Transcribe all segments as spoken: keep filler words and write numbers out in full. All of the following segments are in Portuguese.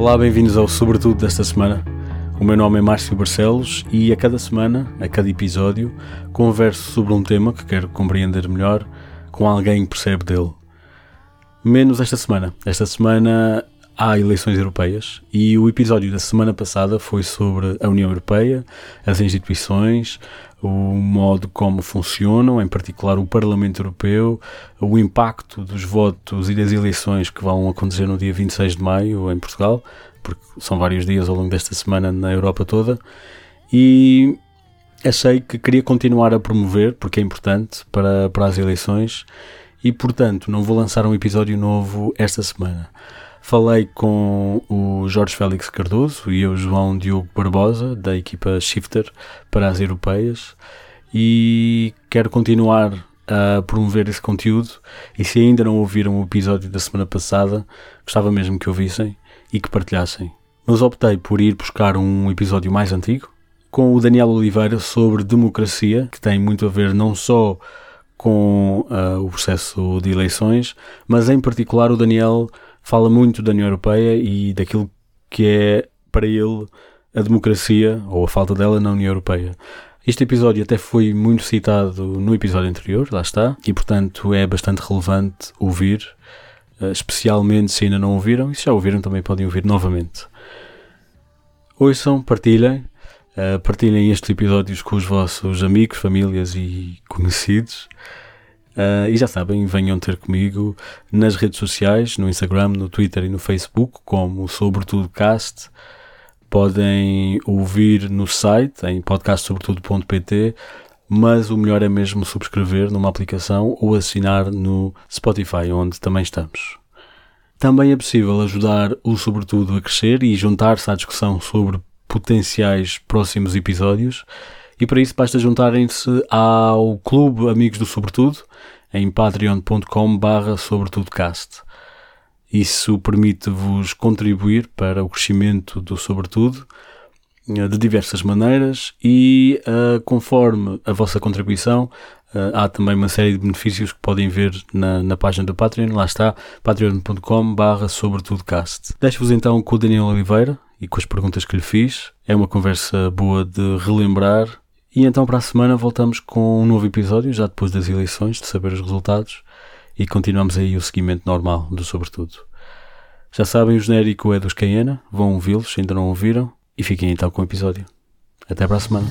Olá, bem-vindos ao Sobretudo desta semana. O meu nome é Márcio Barcelos e a cada semana, a cada episódio, converso sobre um tema que quero compreender melhor com alguém que percebe dele. Menos esta semana. Esta semana há eleições europeias e o episódio da semana passada foi sobre a União Europeia, as instituições, o modo como funcionam, em particular o Parlamento Europeu, o impacto dos votos e das eleições que vão acontecer no dia vinte e seis de maio em Portugal, porque são vários dias ao longo desta semana na Europa toda, e achei que queria continuar a promover, porque é importante para, para as eleições, e portanto não vou lançar um episódio novo esta semana. Falei com o Jorge Félix Cardoso e o João Diogo Barbosa, da equipa Shifter para as europeias, e quero continuar a promover esse conteúdo. E se ainda não ouviram o episódio da semana passada, gostava mesmo que ouvissem e que partilhassem. Mas optei por ir buscar um episódio mais antigo, com o Daniel Oliveira, sobre democracia, que tem muito a ver não só com uh, o processo de eleições, mas em particular o Daniel fala muito da União Europeia e daquilo que é, para ele, a democracia, ou a falta dela, na União Europeia. Este episódio até foi muito citado no episódio anterior, lá está, e portanto é bastante relevante ouvir, especialmente se ainda não ouviram, e se já ouviram também podem ouvir novamente. Ouçam, partilhem, partilhem estes episódios com os vossos amigos, famílias e conhecidos. Uh, e já sabem, venham ter comigo nas redes sociais, no Instagram, no Twitter e no Facebook, como Sobretudo Cast. Podem ouvir no site, em podcast sobretudo ponto pt, mas o melhor é mesmo subscrever numa aplicação ou assinar no Spotify, onde também estamos. Também é possível ajudar o Sobretudo a crescer e juntar-se à discussão sobre potenciais próximos episódios. E para isso basta juntarem-se ao Clube Amigos do Sobretudo em patreon ponto com barra sobretudocast. Isso permite-vos contribuir para o crescimento do Sobretudo de diversas maneiras e, uh, conforme a vossa contribuição, uh, há também uma série de benefícios que podem ver na, na página do Patreon. Lá está, patreon ponto com barra sobretudocast. Deixo-vos então com o Daniel Oliveira e com as perguntas que lhe fiz. É uma conversa boa de relembrar. E então para a semana voltamos com um novo episódio, já depois das eleições, de saber os resultados, e continuamos aí o seguimento normal do Sobretudo. Já sabem, o genérico é dos Caiena, vão ouvi-los se ainda não ouviram, e fiquem então com o episódio. Até para a semana.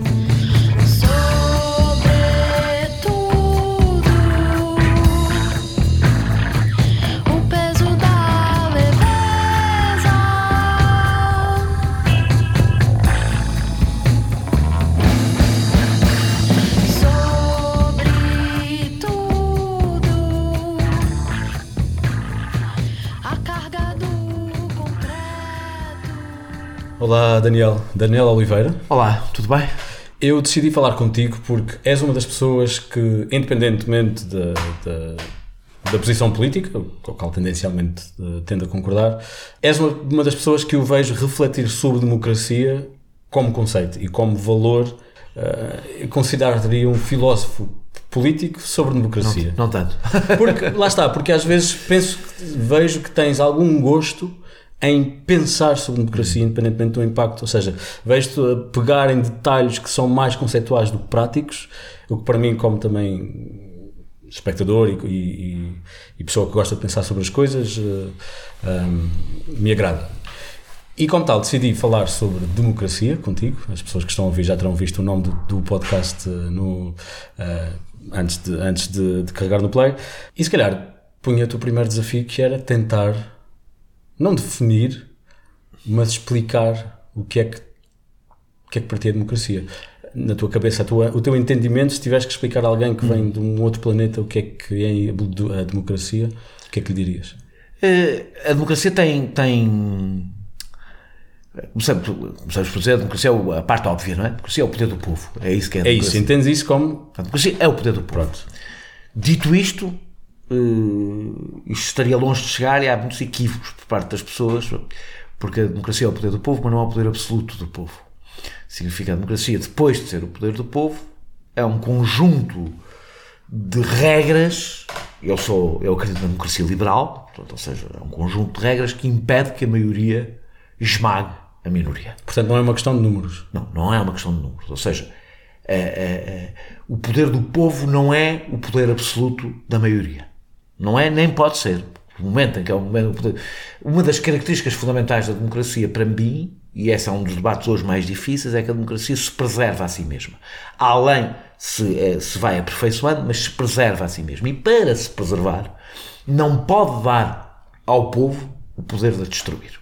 Olá Daniel, Daniel Oliveira. Olá, tudo bem? Eu decidi falar contigo porque és uma das pessoas que, independentemente da, da, da posição política, com a qual tendencialmente tendo a concordar, és uma, uma das pessoas que eu vejo refletir sobre democracia como conceito e como valor. Uh, consideraria um filósofo político sobre democracia. Não, não tanto. Porque, lá está, porque às vezes penso que, vejo que tens algum gosto em pensar sobre democracia, independentemente do impacto, ou seja, vejo-te a pegar em detalhes que são mais conceituais do que práticos, o que para mim, como também espectador e, e, e pessoa que gosta de pensar sobre as coisas, uh, um, me agrada. E como tal, decidi falar sobre democracia contigo. As pessoas que estão a ouvir já terão visto o nome do, do podcast no, uh, antes, de, antes de, de carregar no play, e se calhar punha-te o primeiro desafio, que era tentar não definir, mas explicar o que é que, o que é que para ti é democracia. Na tua cabeça, a tua, o teu entendimento, se tiveres que explicar a alguém que vem de um outro planeta o que é que é a democracia, o que é que lhe dirias? A democracia tem... tem... Começamos, começamos por dizer, a democracia é a parte óbvia, não é? A democracia é o poder do povo. É isso que é a democracia. É isso, entendes isso como... A democracia é o poder do povo. Pronto. Dito isto, Uh, isto estaria longe de chegar e há muitos equívocos por parte das pessoas, porque a democracia é o poder do povo, mas não é o poder absoluto do povo. Significa a democracia, depois de ser o poder do povo, é um conjunto de regras. Eu sou, eu acredito na democracia liberal, portanto, ou seja, é um conjunto de regras que impede que a maioria esmague a minoria. Portanto, não é uma questão de números. Não, não é uma questão de números. Ou seja, é, é, é, o poder do povo não é o poder absoluto da maioria. Não é, nem pode ser. O momento em que é o momento, o poder, uma das características fundamentais da democracia, para mim, e esse é um dos debates hoje mais difíceis, é que a democracia se preserva a si mesma. Além, se, se vai aperfeiçoando, mas se preserva a si mesma. E para se preservar, não pode dar ao povo o poder de a destruir.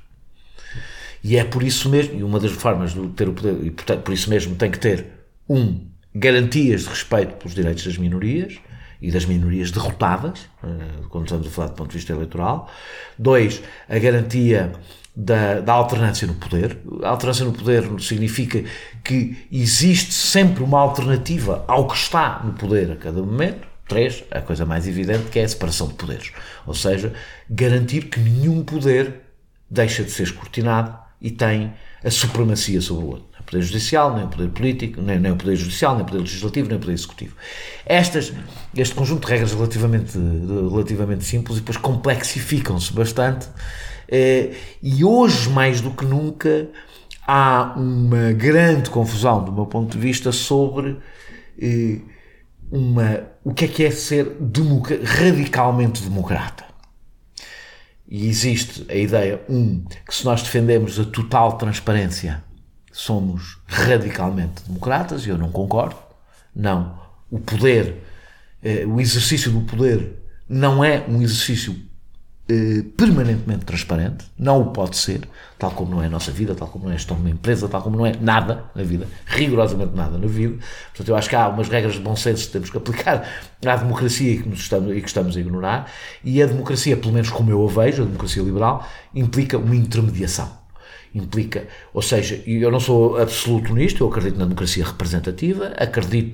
E é por isso mesmo, e uma das formas de ter o poder, e portanto, por isso mesmo tem que ter, um, garantias de respeito pelos direitos das minorias, e das minorias derrotadas, quando estamos a falar do ponto de vista eleitoral. Dois, a garantia da, da alternância no poder. A alternância no poder significa que existe sempre uma alternativa ao que está no poder a cada momento. Três, a coisa mais evidente, que é a separação de poderes. Ou seja, garantir que nenhum poder deixa de ser escrutinado e tem a supremacia sobre o outro. Nem o poder judicial, nem o poder político, nem, nem o poder judicial, nem o poder legislativo, nem o poder executivo. Estas, este conjunto de regras relativamente, relativamente simples e depois complexificam-se bastante, eh, e hoje, mais do que nunca, há uma grande confusão, do meu ponto de vista, sobre eh, uma, o que é que é ser democ- radicalmente democrata. E existe a ideia, um, que se nós defendemos a total transparência, somos radicalmente democratas, e eu não concordo. Não. O poder, eh, o exercício do poder não é um exercício eh, permanentemente transparente, não o pode ser, tal como não é a nossa vida, tal como não é a gestão de uma empresa, tal como não é nada na vida, rigorosamente nada na vida. Portanto, eu acho que há umas regras de bom senso que temos que aplicar à democracia e que, nos estamos, e que estamos a ignorar, e a democracia, pelo menos como eu a vejo, a democracia liberal, implica uma intermediação. Implica, ou seja, eu não sou absoluto nisto, eu acredito na democracia representativa, acredito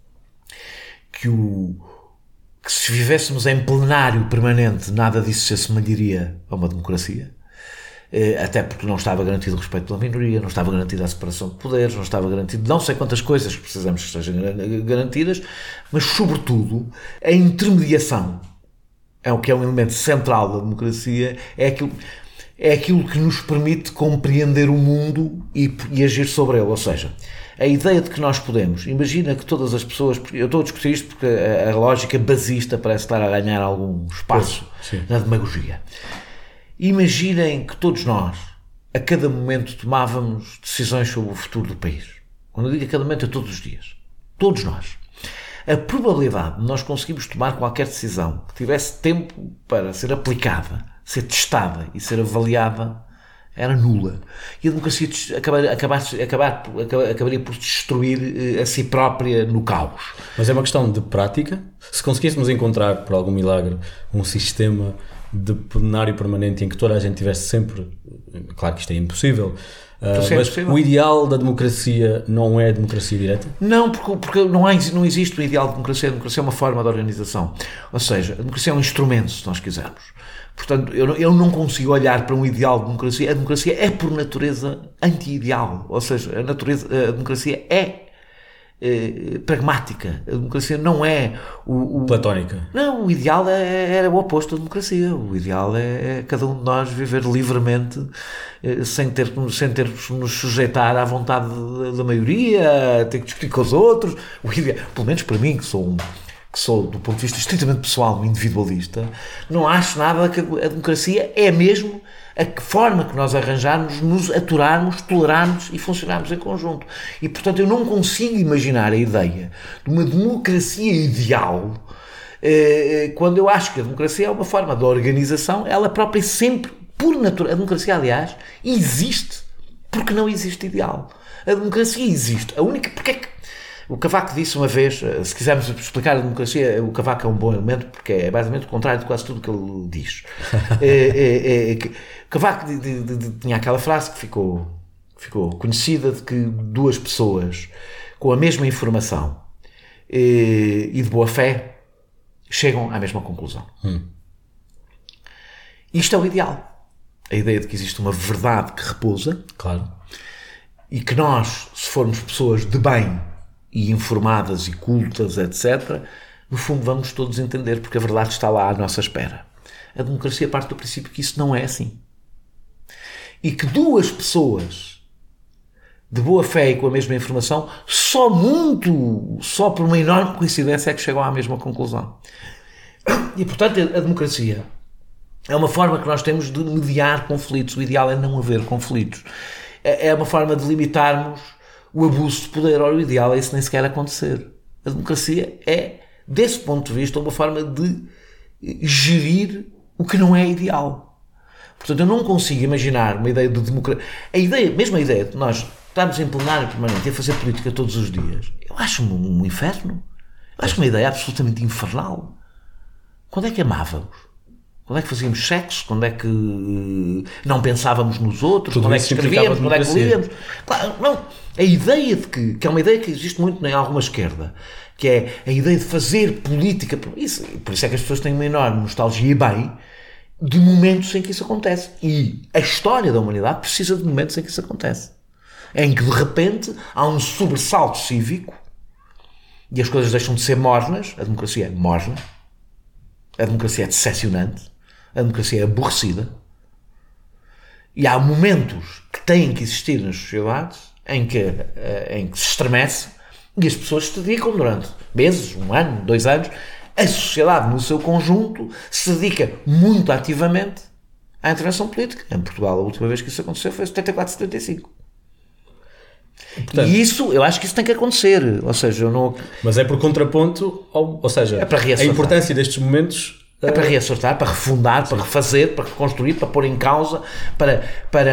que, o, que se vivêssemos em plenário permanente, nada disso se assemelharia a uma democracia, até porque não estava garantido o respeito pela minoria, não estava garantida a separação de poderes, não estava garantido não sei quantas coisas que precisamos que sejam garantidas, mas sobretudo a intermediação é o que é um elemento central da democracia, é aquilo... é aquilo que nos permite compreender o mundo e, e agir sobre ele. Ou seja, a ideia de que nós podemos, imagina que todas as pessoas, eu estou a discutir isto porque a, a lógica basista parece estar a ganhar algum espaço Sim. na demagogia. Imaginem que todos nós, a cada momento, tomávamos decisões sobre o futuro do país. Quando eu digo a cada momento, é todos os dias. Todos nós. A probabilidade de nós conseguirmos tomar qualquer decisão que tivesse tempo para ser aplicada, ser testada e ser avaliada, era nula. E a democracia acabar, acabar, acabar, acabaria por destruir a si própria no caos. Mas é uma questão de prática. Se conseguíssemos encontrar, por algum milagre, um sistema de plenário permanente em que toda a gente tivesse sempre... Claro que isto é impossível, Uh, mas o ideal da democracia não é a democracia direta? Não, porque, porque não, há, não existe o ideal da democracia. A democracia é uma forma de organização. Ou seja, a democracia é um instrumento, se nós quisermos. Portanto, eu, eu não consigo olhar para um ideal de democracia. A democracia é, por natureza, anti-ideal. Ou seja, a, natureza, a democracia é, é pragmática. A democracia não é... O, o, platónica. Não, o ideal é, é o oposto da democracia. O ideal é, é cada um de nós viver livremente, sem ter, sem ter que nos sujeitar à vontade da maioria, ter que discutir com os outros. O ideal, pelo menos para mim, que sou um... que sou, do ponto de vista estritamente pessoal, um individualista, não acho nada que a democracia é mesmo a forma que nós arranjarmos, nos aturarmos, tolerarmos e funcionarmos em conjunto. E, portanto, eu não consigo imaginar a ideia de uma democracia ideal eh, quando eu acho que a democracia é uma forma de organização, ela própria sempre, por natureza, a democracia, aliás, existe porque não existe ideal. A democracia existe. A única... Porque é que o Cavaco disse uma vez, se quisermos explicar a democracia, o Cavaco é um bom elemento porque é basicamente o contrário de quase tudo o que ele diz. é, é, é, que, Cavaco de, de, de, de, tinha aquela frase que ficou, ficou conhecida de que duas pessoas com a mesma informação e, e de boa fé chegam à mesma conclusão. Hum. Isto é o ideal. A ideia de que existe uma verdade que repousa. Claro. E que nós, se formos pessoas de bem e informadas e cultas, etcétera, no fundo vamos todos entender, porque a verdade está lá à nossa espera. A democracia parte do princípio que isso não é assim. e que duas pessoas de boa fé e com a mesma informação, só muito, só por uma enorme coincidência é que chegam à mesma conclusão. E, portanto, a democracia é uma forma que nós temos de mediar conflitos. O ideal é não haver conflitos. É uma forma de limitarmos o abuso de poder. Ora, o ideal é isso nem sequer acontecer. A democracia é, desse ponto de vista, uma forma de gerir o que não é ideal. Portanto, eu não consigo imaginar uma ideia de democracia. A ideia, mesmo a ideia de nós estarmos em plenário permanente e a fazer política todos os dias, eu acho um, um inferno. Eu acho uma ideia absolutamente infernal. Quando é que amávamos? Quando é que fazíamos sexo? Quando é que não pensávamos nos outros? Tudo quando é que escrevíamos? Quando é que líamos? Claro, não. A ideia de que, que é uma ideia que existe muito em alguma esquerda, que é a ideia de fazer política, isso, por isso é que as pessoas têm uma enorme nostalgia e bem de momentos em que isso acontece. E a história da humanidade precisa de momentos em que isso acontece. Em que de repente há um sobressalto cívico e as coisas deixam de ser mornas. A democracia é morna. A democracia é decepcionante. A democracia é aborrecida. E há momentos que têm que existir nas sociedades em que, em que se estremece e as pessoas se dedicam durante meses, um ano, dois anos. A sociedade, no seu conjunto, se dedica muito ativamente à intervenção política. Em Portugal, a última vez que isso aconteceu foi em setenta e quatro, setenta e cinco. Portanto, e isso, eu acho que isso tem que acontecer. Ou seja, eu não... Mas é por contraponto, ou, ou seja, é para a importância destes momentos... É para reassortar, para refundar, para refazer, para reconstruir, para pôr em causa, para, para,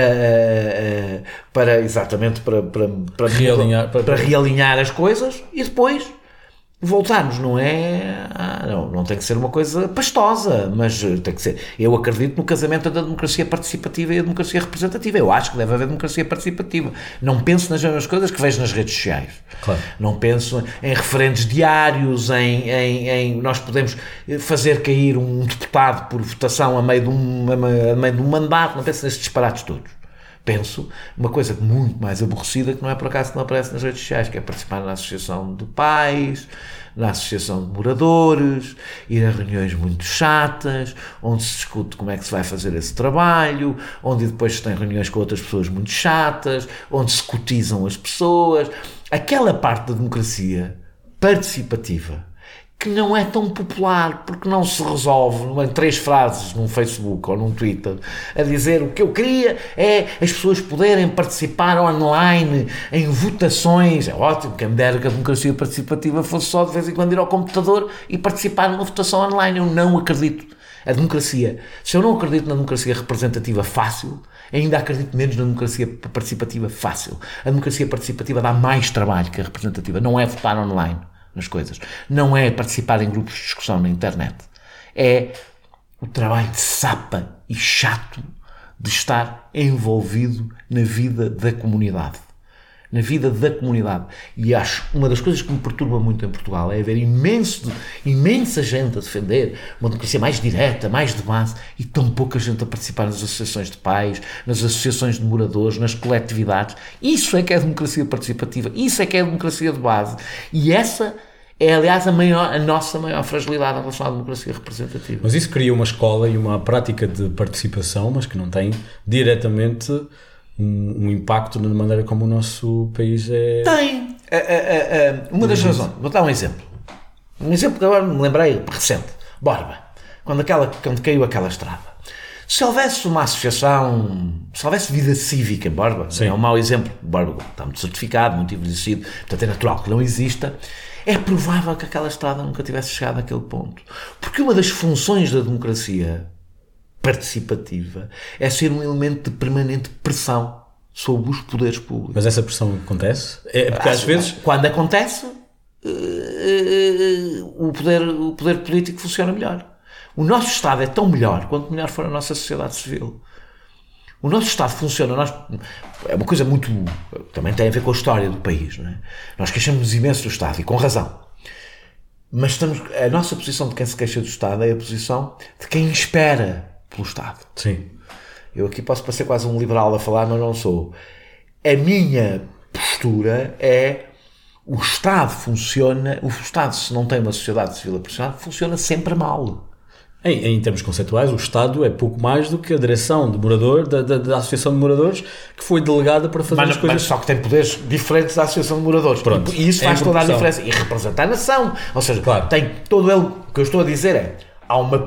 para exatamente, para, para, para, realinhar, para, para realinhar as coisas e depois voltarmos. Não é, não, não tem que ser uma coisa pastosa, mas tem que ser. Eu acredito no casamento da democracia participativa e a democracia representativa. Eu acho que deve haver democracia participativa. Não penso nas mesmas coisas que vejo nas redes sociais. Claro. Não penso em referendos diários, em, em, em nós podemos fazer cair um deputado por votação a meio de um, a meio de um mandato. Não penso nesses disparates todos. Penso uma coisa muito mais aborrecida que não é por acaso que não aparece nas redes sociais, que é participar na associação de pais, na associação de moradores, ir a reuniões muito chatas, onde se discute como é que se vai fazer esse trabalho, onde depois se tem reuniões com outras pessoas muito chatas, onde se cotizam as pessoas. Aquela parte da democracia participativa que não é tão popular, porque não se resolve em três frases num Facebook ou num Twitter, a dizer o que eu queria é as pessoas poderem participar online em votações. É ótimo, quem me dera que a democracia participativa fosse só de vez em quando ir ao computador e participar numa votação online. Eu não acredito. A democracia, se eu não acredito na democracia representativa fácil, ainda acredito menos na democracia participativa fácil. A democracia participativa dá mais trabalho que a representativa, não é votar online nas coisas, não é participar em grupos de discussão na internet, é o trabalho de sapa e chato de estar envolvido na vida da comunidade, na vida da comunidade. E acho uma das coisas que me perturba muito em Portugal é haver imenso, imensa gente a defender uma democracia mais direta, mais de base, e tão pouca gente a participar nas associações de pais, nas associações de moradores, nas coletividades. Isso é que é a democracia participativa, isso é que é a democracia de base. E essa é, aliás, a, maior, a nossa maior fragilidade em relação à democracia representativa. Mas isso cria uma escola e uma prática de participação, mas que não tem diretamente um, um impacto na maneira como o nosso país é... Tem! A, a, a, uma das razões... Vou dar um exemplo. Um exemplo que agora me lembrei, recente. Borba. Quando, aquela, quando caiu aquela estrada. Se houvesse uma associação, se houvesse vida cívica em Borba, é um mau exemplo. Borba está muito certificado, muito envelhecido, portanto é natural que não exista. É provável que aquela estrada nunca tivesse chegado àquele ponto. Porque uma das funções da democracia participativa é ser um elemento de permanente pressão sobre os poderes públicos. Mas essa pressão acontece? É porque às vezes... Quando acontece, o poder, o poder político funciona melhor. O nosso Estado é tão melhor quanto melhor for a nossa sociedade civil. O nosso Estado funciona, nós, é uma coisa muito, também tem a ver com a história do país, não é? Nós queixamos imenso do Estado, e com razão. Mas estamos, a nossa posição de quem se queixa do Estado é a posição de quem espera pelo Estado. Sim. Eu aqui posso parecer quase um liberal a falar, mas não sou. A minha postura é o Estado funciona, o Estado, se não tem uma sociedade civil aproximada, funciona sempre mal. Em, em termos conceituais, o Estado é pouco mais do que a direção de morador, da, da, da Associação de Moradores, que foi delegada para fazer mas, as coisas... Mas só que tem poderes diferentes da Associação de Moradores. Pronto, e isso é faz a toda a proporção. diferença. E representa a nação. Ou seja, Claro. tem todo ele... O que eu estou a dizer é... Há uma...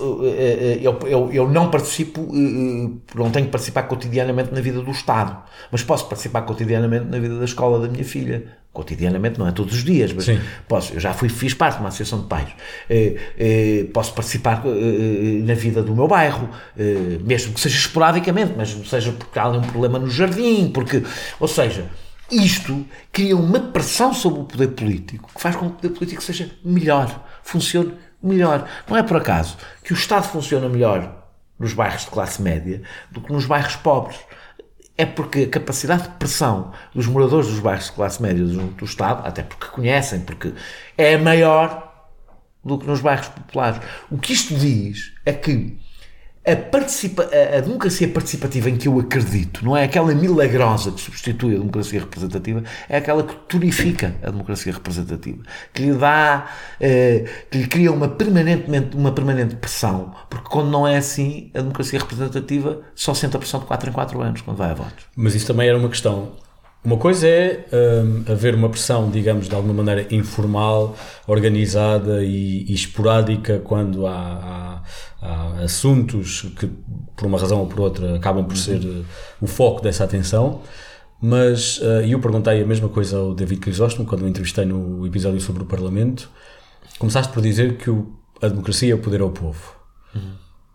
Eu, eu, eu não participo... Não tenho que participar cotidianamente na vida do Estado. Mas posso participar cotidianamente na vida da escola da minha filha. Cotidianamente, não é todos os dias, mas Sim. posso, eu já fui, fiz parte de uma associação de pais, eh, eh, posso participar eh, na vida do meu bairro, eh, mesmo que seja esporadicamente, mas seja porque há ali um problema no jardim, porque, ou seja, isto cria uma pressão sobre o poder político que faz com que o poder político seja melhor, funcione melhor. Não é por acaso que o Estado funciona melhor nos bairros de classe média do que nos bairros pobres. É porque a capacidade de pressão dos moradores dos bairros de classe média junto do Estado, até porque conhecem, porque é maior do que nos bairros populares. O que isto diz é que a, participa- a, a democracia participativa em que eu acredito não é aquela milagrosa que substitui a democracia representativa, é aquela que tonifica a democracia representativa, que lhe dá, eh, que lhe cria uma, permanentemente, uma permanente pressão, porque quando não é assim, a democracia representativa só sente a pressão de quatro em quatro anos quando vai a votos. Mas isso também era uma questão. Uma coisa é hum, haver uma pressão, digamos, de alguma maneira informal, organizada e, e esporádica quando há, há, há assuntos que, por uma razão ou por outra, acabam por ser uh, o foco dessa atenção. Mas uh, eu perguntei a mesma coisa ao David Crisóstomo quando o entrevistei no episódio sobre o Parlamento. Começaste por dizer que o, a democracia é o poder ao povo. Uhum.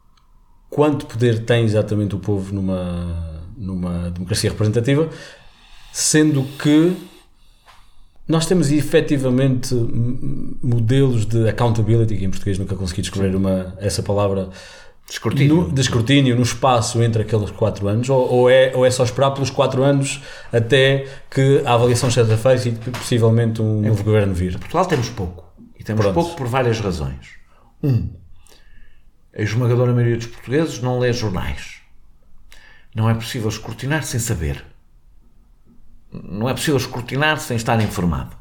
Quanto poder tem exatamente o povo numa, numa democracia representativa? Sendo que nós temos efetivamente modelos de accountability, que em português nunca consegui descobrir uma, essa palavra, de escrutínio. No, de escrutínio no espaço entre aqueles quatro anos, ou, ou, é, ou é só esperar pelos quatro anos até que a avaliação seja feita e possivelmente um novo governo vir? Em Portugal temos pouco. E temos Pronto. pouco por várias razões. Um, a esmagadora maioria dos portugueses não lê jornais. Não é possível escrutinar sem saber. Não é possível escrutinar sem estar informado.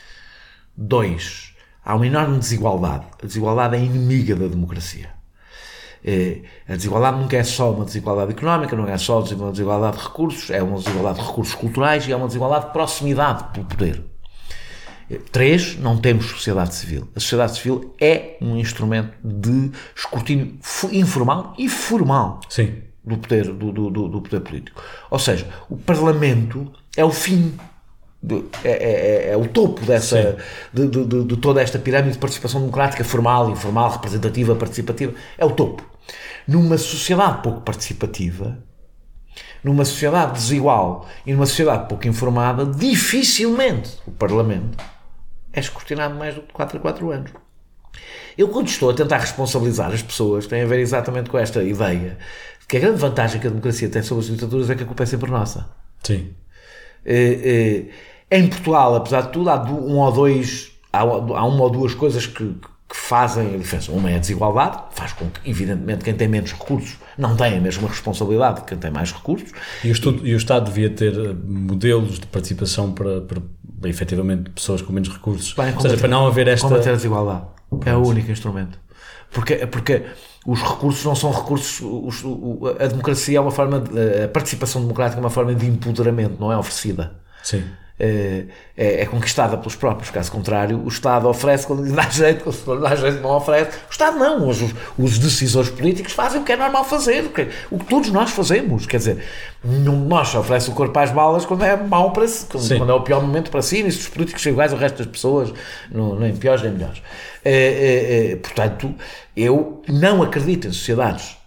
Dois, há uma enorme desigualdade. A desigualdade é inimiga da democracia. A desigualdade nunca é só uma desigualdade económica, não é só uma desigualdade de recursos, é uma desigualdade de recursos culturais e é uma desigualdade de proximidade pelo poder. Três, não temos sociedade civil. A sociedade civil é um instrumento de escrutínio informal e formal. Sim. Do poder, do, do, do poder político. Ou seja, o Parlamento é o fim, de, é, é, é o topo dessa, de, de, de, de toda esta pirâmide de participação democrática formal, informal, representativa, participativa. É o topo. Numa sociedade pouco participativa, numa sociedade desigual e numa sociedade pouco informada, dificilmente o Parlamento é escrutinado mais do que quatro a quatro anos. Eu, quando estou a tentar responsabilizar as pessoas, tem a ver exatamente com esta ideia de que a grande vantagem que a democracia tem sobre as ditaduras é que a culpa é sempre nossa. Sim. É, é, em Portugal, apesar de tudo, há um ou dois, há, há uma ou duas coisas que, que fazem a diferença. Uma é a desigualdade, faz com que, evidentemente, quem tem menos recursos não tenha a mesma responsabilidade que quem tem mais recursos. E o, estudo, e o Estado devia ter modelos de participação para, para, para efetivamente, pessoas com menos recursos. Bem, Ou seja, para não haver esta... Combater a desigualdade. É o único instrumento. Porque, porque os recursos não são recursos... Os, a democracia é uma forma... De, a participação democrática é uma forma de empoderamento, não é oferecida. Sim. É, é, é conquistada pelos próprios. Caso contrário, o Estado oferece quando lhe dá jeito, quando lhe dá jeito não oferece. O Estado não. Os, os decisores políticos fazem o que é normal fazer, o que, o que todos nós fazemos. Quer dizer, nenhum de nós oferece o corpo às balas quando é mau para si, quando, quando é o pior momento para si, e se os políticos são iguais ao resto das pessoas, não, nem piores nem melhores. É, é, é, portanto, eu não acredito em sociedades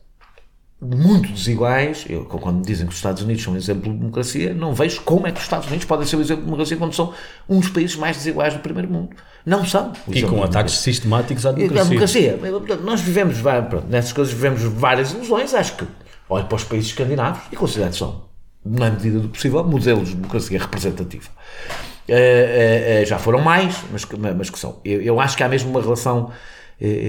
muito desiguais. Eu, quando me dizem que os Estados Unidos são um exemplo de democracia, não vejo como é que os Estados Unidos podem ser um exemplo de democracia quando são um dos países mais desiguais do primeiro mundo. Não são. E com ataques sistemáticos à democracia. A democracia. Nós vivemos, pronto, nessas coisas vivemos várias ilusões. Acho que olho para os países escandinavos e considero que são, na medida do possível, modelos de democracia representativa. Uh, uh, uh, já foram mais, mas, mas que são. Eu, eu acho que há mesmo uma relação... Uh,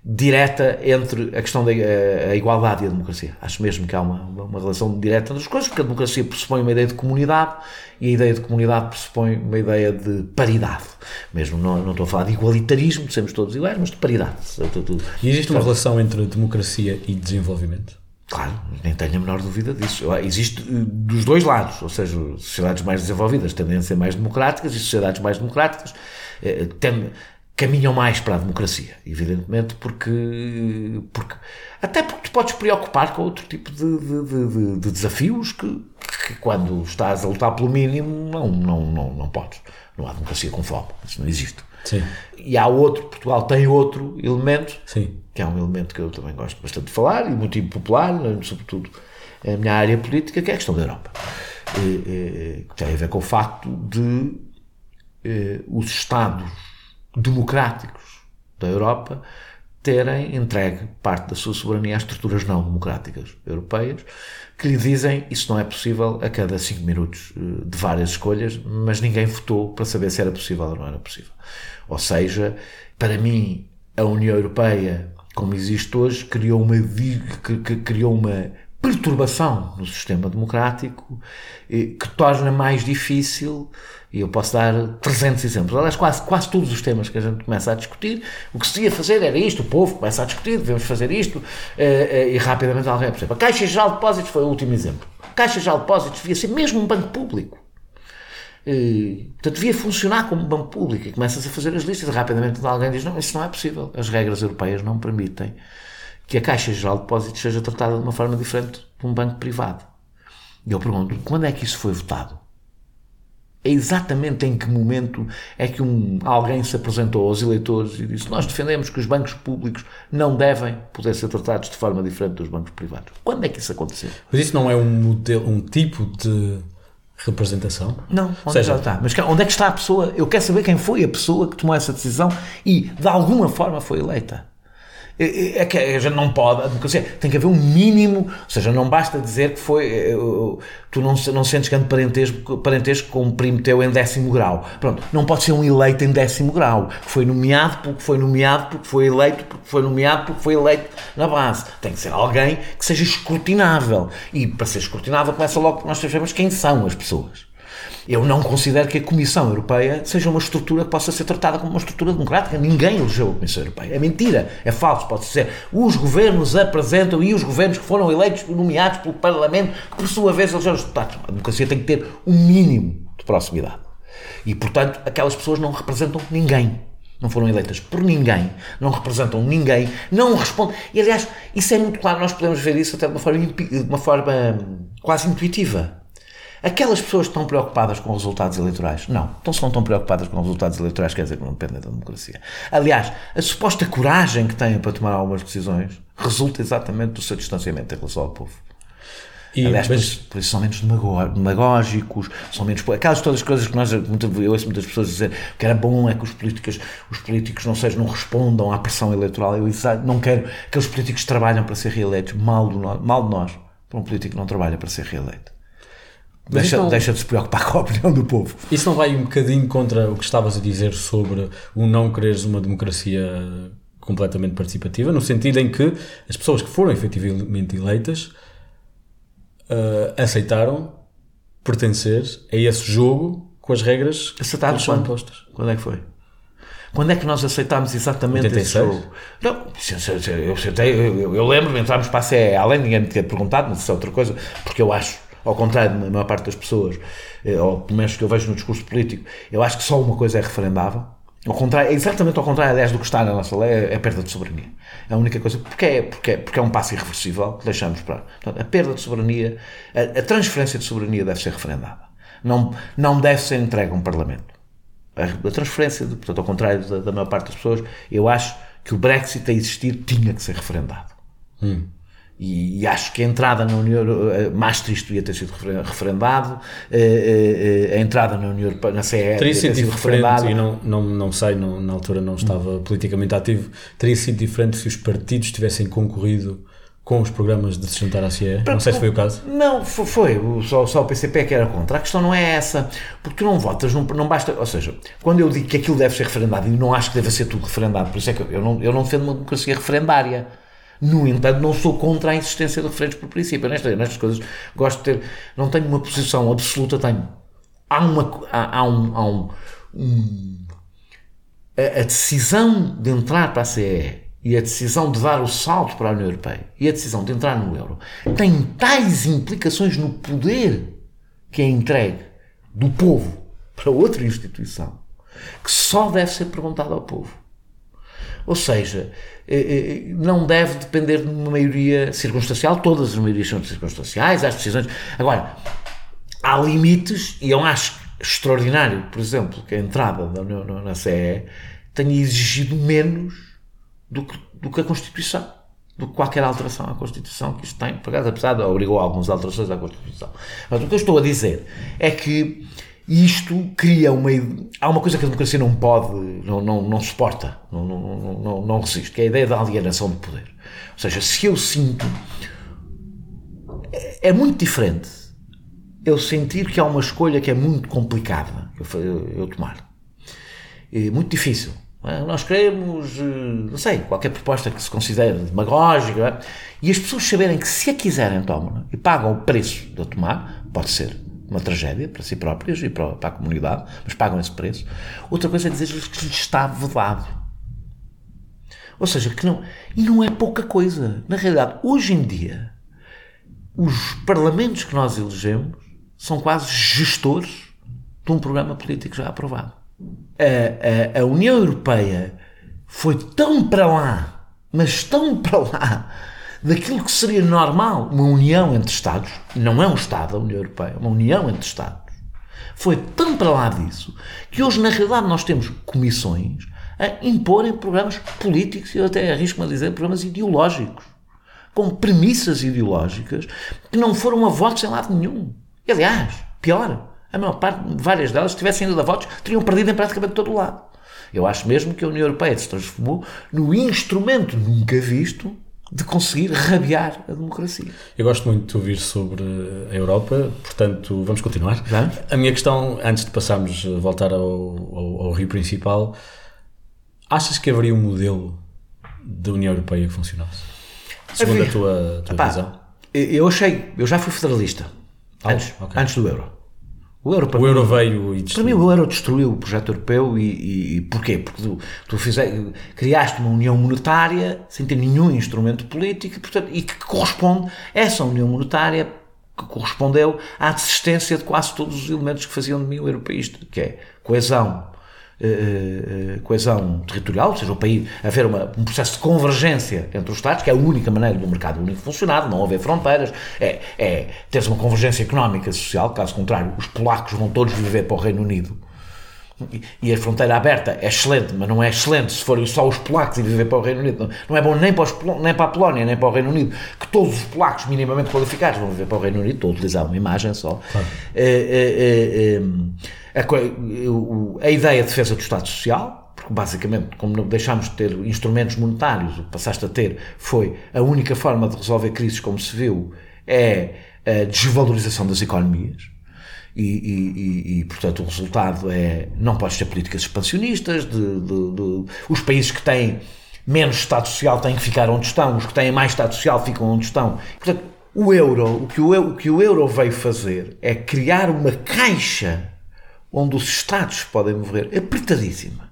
direta entre a questão da a igualdade e a democracia. Acho mesmo que há uma, uma relação direta entre as coisas, porque a democracia pressupõe uma ideia de comunidade e a ideia de comunidade pressupõe uma ideia de paridade. Mesmo não, não estou a falar de igualitarismo, de sermos todos iguais, mas de paridade. E existe uma relação entre democracia e desenvolvimento? Claro, nem tenho a menor dúvida disso. Existe dos dois lados, ou seja, sociedades mais desenvolvidas tendem a ser mais democráticas e sociedades mais democráticas eh, tendem caminham mais para a democracia, evidentemente, porque, porque até porque tu podes preocupar com outro tipo de, de, de, de desafios que, que quando estás a lutar pelo mínimo não, não, não, não podes. Não há democracia com fome, isso não existe. Sim. E há outro, Portugal tem outro elemento, sim, que é um elemento que eu também gosto bastante de falar e muito impopular, sobretudo na minha área política, que é a questão da Europa. E, e, que tem a ver com o facto de e, os Estados democráticos da Europa terem entregue parte da sua soberania às estruturas não democráticas europeias, que lhe dizem isso não é possível a cada cinco minutos de várias escolhas, mas ninguém votou para saber se era possível ou não era possível. Ou seja, para mim, a União Europeia, como existe hoje, criou uma, criou uma perturbação no sistema democrático que torna mais difícil. E eu posso dar trezentos exemplos. Aliás, quase, quase todos os temas que a gente começa a discutir, o que se ia fazer era isto, o povo começa a discutir, devemos fazer isto, e rapidamente alguém, por exemplo, a Caixa Geral de Depósitos foi o último exemplo. A Caixa Geral de Depósitos devia ser mesmo um banco público. E, portanto, devia funcionar como um banco público. E começas a fazer as listas, e rapidamente alguém diz, não, isso não é possível. As regras europeias não permitem que a Caixa Geral de Depósitos seja tratada de uma forma diferente de um banco privado. E eu pergunto, quando é que isso foi votado? É exatamente em que momento é que um, alguém se apresentou aos eleitores e disse nós defendemos que os bancos públicos não devem poder ser tratados de forma diferente dos bancos privados. Quando é que isso aconteceu? Mas isso não é um, modelo, um tipo de representação? Não, onde Ou seja, é que está? Mas onde é que está a pessoa? Eu quero saber quem foi a pessoa que tomou essa decisão e de alguma forma foi eleita. É que a gente não pode, a democracia tem que haver um mínimo, ou seja, não basta dizer que foi, tu não, não sentes grande parentesco, parentesco com um primo teu em décimo grau, pronto, não pode ser um eleito em décimo grau, foi nomeado porque foi nomeado, porque foi eleito, porque foi nomeado, porque foi eleito na base, tem que ser alguém que seja escrutinável, e para ser escrutinável começa logo que nós sabemos quem são as pessoas. Eu não considero que a Comissão Europeia seja uma estrutura que possa ser tratada como uma estrutura democrática. Ninguém elegeu a Comissão Europeia. É mentira, é falso. Pode ser. Os governos apresentam e os governos que foram eleitos, nomeados pelo Parlamento, que por sua vez elegeram os deputados. A democracia tem que ter um mínimo de proximidade. E, portanto, aquelas pessoas não representam ninguém. Não foram eleitas por ninguém, não representam ninguém, não respondem. E, aliás, isso é muito claro. Nós podemos ver isso até de uma forma, de uma forma quase intuitiva. Aquelas pessoas que estão preocupadas com os resultados eleitorais, não. Então, se não estão preocupadas com os resultados eleitorais, quer dizer que não dependem da democracia. Aliás, a suposta coragem que têm para tomar algumas decisões resulta exatamente do seu distanciamento em relação ao povo. E, Aliás, mas... por, isso, por isso são menos demagógicos, são menos... Aquelas todas as coisas que nós... Eu ouço muitas pessoas dizer que era bom é que os políticos, os políticos não, sejam, não respondam à pressão eleitoral. Eu não quero que os políticos trabalhem para ser reeleitos. Mal, do, mal de nós, para um político que não trabalha para ser reeleito. Deixa, não, deixa de se preocupar com a opinião do povo. Isso não vai um bocadinho contra o que estavas a dizer sobre o não quereres uma democracia completamente participativa, no sentido em que as pessoas que foram efetivamente eleitas uh, aceitaram pertencer a esse jogo com as regras aceitaram que são impostas. Quando é que foi? Quando é que nós aceitámos exatamente oitenta e seis? Esse jogo? Não, eu, eu, eu, eu lembro-me, entrámos para a C E, além de ninguém me ter perguntado, mas isso é outra coisa, porque eu acho, ao contrário da maior parte das pessoas, ou pelo menos que eu vejo no discurso político, eu acho que só uma coisa é referendável. Ao contrário, exatamente ao contrário, aliás, do que está na nossa lei, é a perda de soberania. É a única coisa, porque é, porque é, porque é um passo irreversível que deixamos para... Portanto, a perda de soberania, a, a transferência de soberania deve ser referendada. Não, não deve ser entregue a um Parlamento. A, a transferência, de, portanto, ao contrário da, da maior parte das pessoas, eu acho que o Brexit a existir tinha que ser referendado. Hum. E, e acho que a entrada na União Europeia, Maastricht devia ter sido referendado, a, a, a entrada na União Europeia, na C E, teria sido diferente, e não, não, não sei, não, na altura não estava hum. politicamente ativo, teria sido diferente se os partidos tivessem concorrido com os programas de se juntar à C E E? Não sei se foi o caso. Não, foi, foi. Só, só o P C P que era contra. A questão não é essa, porque tu não votas, não, não basta, ou seja, quando eu digo que aquilo deve ser referendado, e não acho que deva ser tudo referendado, por isso é que eu não, eu não defendo uma democracia referendária. No entanto, não sou contra a existência de referendos por princípio. Nestas, nestas coisas, gosto de ter, não tenho uma posição absoluta, tenho. Há uma, há, há um, há um, um a, a decisão de entrar para a C E E e a decisão de dar o salto para a União Europeia e a decisão de entrar no euro tem tais implicações no poder que é entregue do povo para outra instituição que só deve ser perguntado ao povo. Ou seja, não deve depender de uma maioria circunstancial, todas as maiorias são circunstanciais, as decisões... Agora, há limites, e eu acho extraordinário, por exemplo, que a entrada da União na C E E tenha exigido menos Do que, do que a Constituição, do que qualquer alteração à Constituição que isto tem, por acaso, apesar de obrigou a algumas alterações à Constituição. Mas o que eu estou a dizer é que isto cria uma... Há uma coisa que a democracia não pode, não, não, não suporta, não, não, não, não resiste, que é a ideia da alienação de poder. Ou seja, se eu sinto... É, é muito diferente eu sentir que há uma escolha que é muito complicada eu, eu, eu tomar. É muito difícil. Nós queremos, não sei, qualquer proposta que se considere demagógica, e as pessoas saberem que se a quiserem tomam e pagam o preço de a tomar, pode ser uma tragédia para si próprias e para, para a comunidade, mas pagam esse preço. Outra coisa é dizer-lhes que lhes está vedado. Ou seja, que não, e não é pouca coisa. Na realidade, hoje em dia, os parlamentos que nós elegemos são quase gestores de um programa político já aprovado. A, a, a União Europeia foi tão para lá, mas tão para lá, daquilo que seria normal, uma união entre Estados, não é um Estado, a União Europeia, é uma união entre Estados, foi tão para lá disso, que hoje na realidade nós temos comissões a imporem programas políticos, e eu até arrisco-me a dizer programas ideológicos, com premissas ideológicas que não foram a votos em lado nenhum. E, aliás, pior, a maior parte, várias delas, se tivessem ido a votos, teriam perdido em praticamente todo o lado. Eu acho mesmo que a União Europeia se transformou no instrumento nunca visto de conseguir rabiar a democracia. Eu gosto muito de ouvir sobre a Europa, portanto, vamos continuar. Vamos? A minha questão, antes de passarmos a voltar ao, ao, ao rio principal, achas que haveria um modelo da União Europeia que funcionasse? Segundo Havia. a tua, tua Epá, visão? Eu achei, eu já fui federalista, oh, antes, okay. antes do euro. O euro, o mim, euro veio e destruiu. Para mim o euro destruiu o projeto europeu e, e, e porquê? Porque tu, tu fizeste, criaste uma união monetária sem ter nenhum instrumento político, portanto, e que corresponde, essa união monetária que correspondeu à desistência de quase todos os elementos que faziam de mim o europeísta, que é coesão, eh, coesão territorial, ou seja, o país, haver uma, um processo de convergência entre os Estados, que é a única maneira do mercado único funcionar, não haver fronteiras, é, é ter-se uma convergência económica e social, caso contrário, os polacos vão todos viver para o Reino Unido. E, e a fronteira aberta é excelente, mas não é excelente se forem só os polacos e viver para o Reino Unido. Não, não é bom nem para, os, nem para a Polónia, nem para o Reino Unido, que todos os polacos minimamente qualificados vão viver para o Reino Unido. Estou a utilizar uma imagem só. Claro. É, é, é, é, A, a ideia de defesa do Estado Social, porque basicamente, como não deixámos de ter instrumentos monetários, o que passaste a ter foi a única forma de resolver crises, como se viu, é a desvalorização das economias. E, e, e, e portanto o resultado é, não podes ter políticas expansionistas, de, de, de, os países que têm menos Estado Social têm que ficar onde estão, os que têm mais Estado Social ficam onde estão. Portanto, o euro, o que o, o que o euro veio fazer é criar uma caixa onde os Estados podem mover apertadíssima,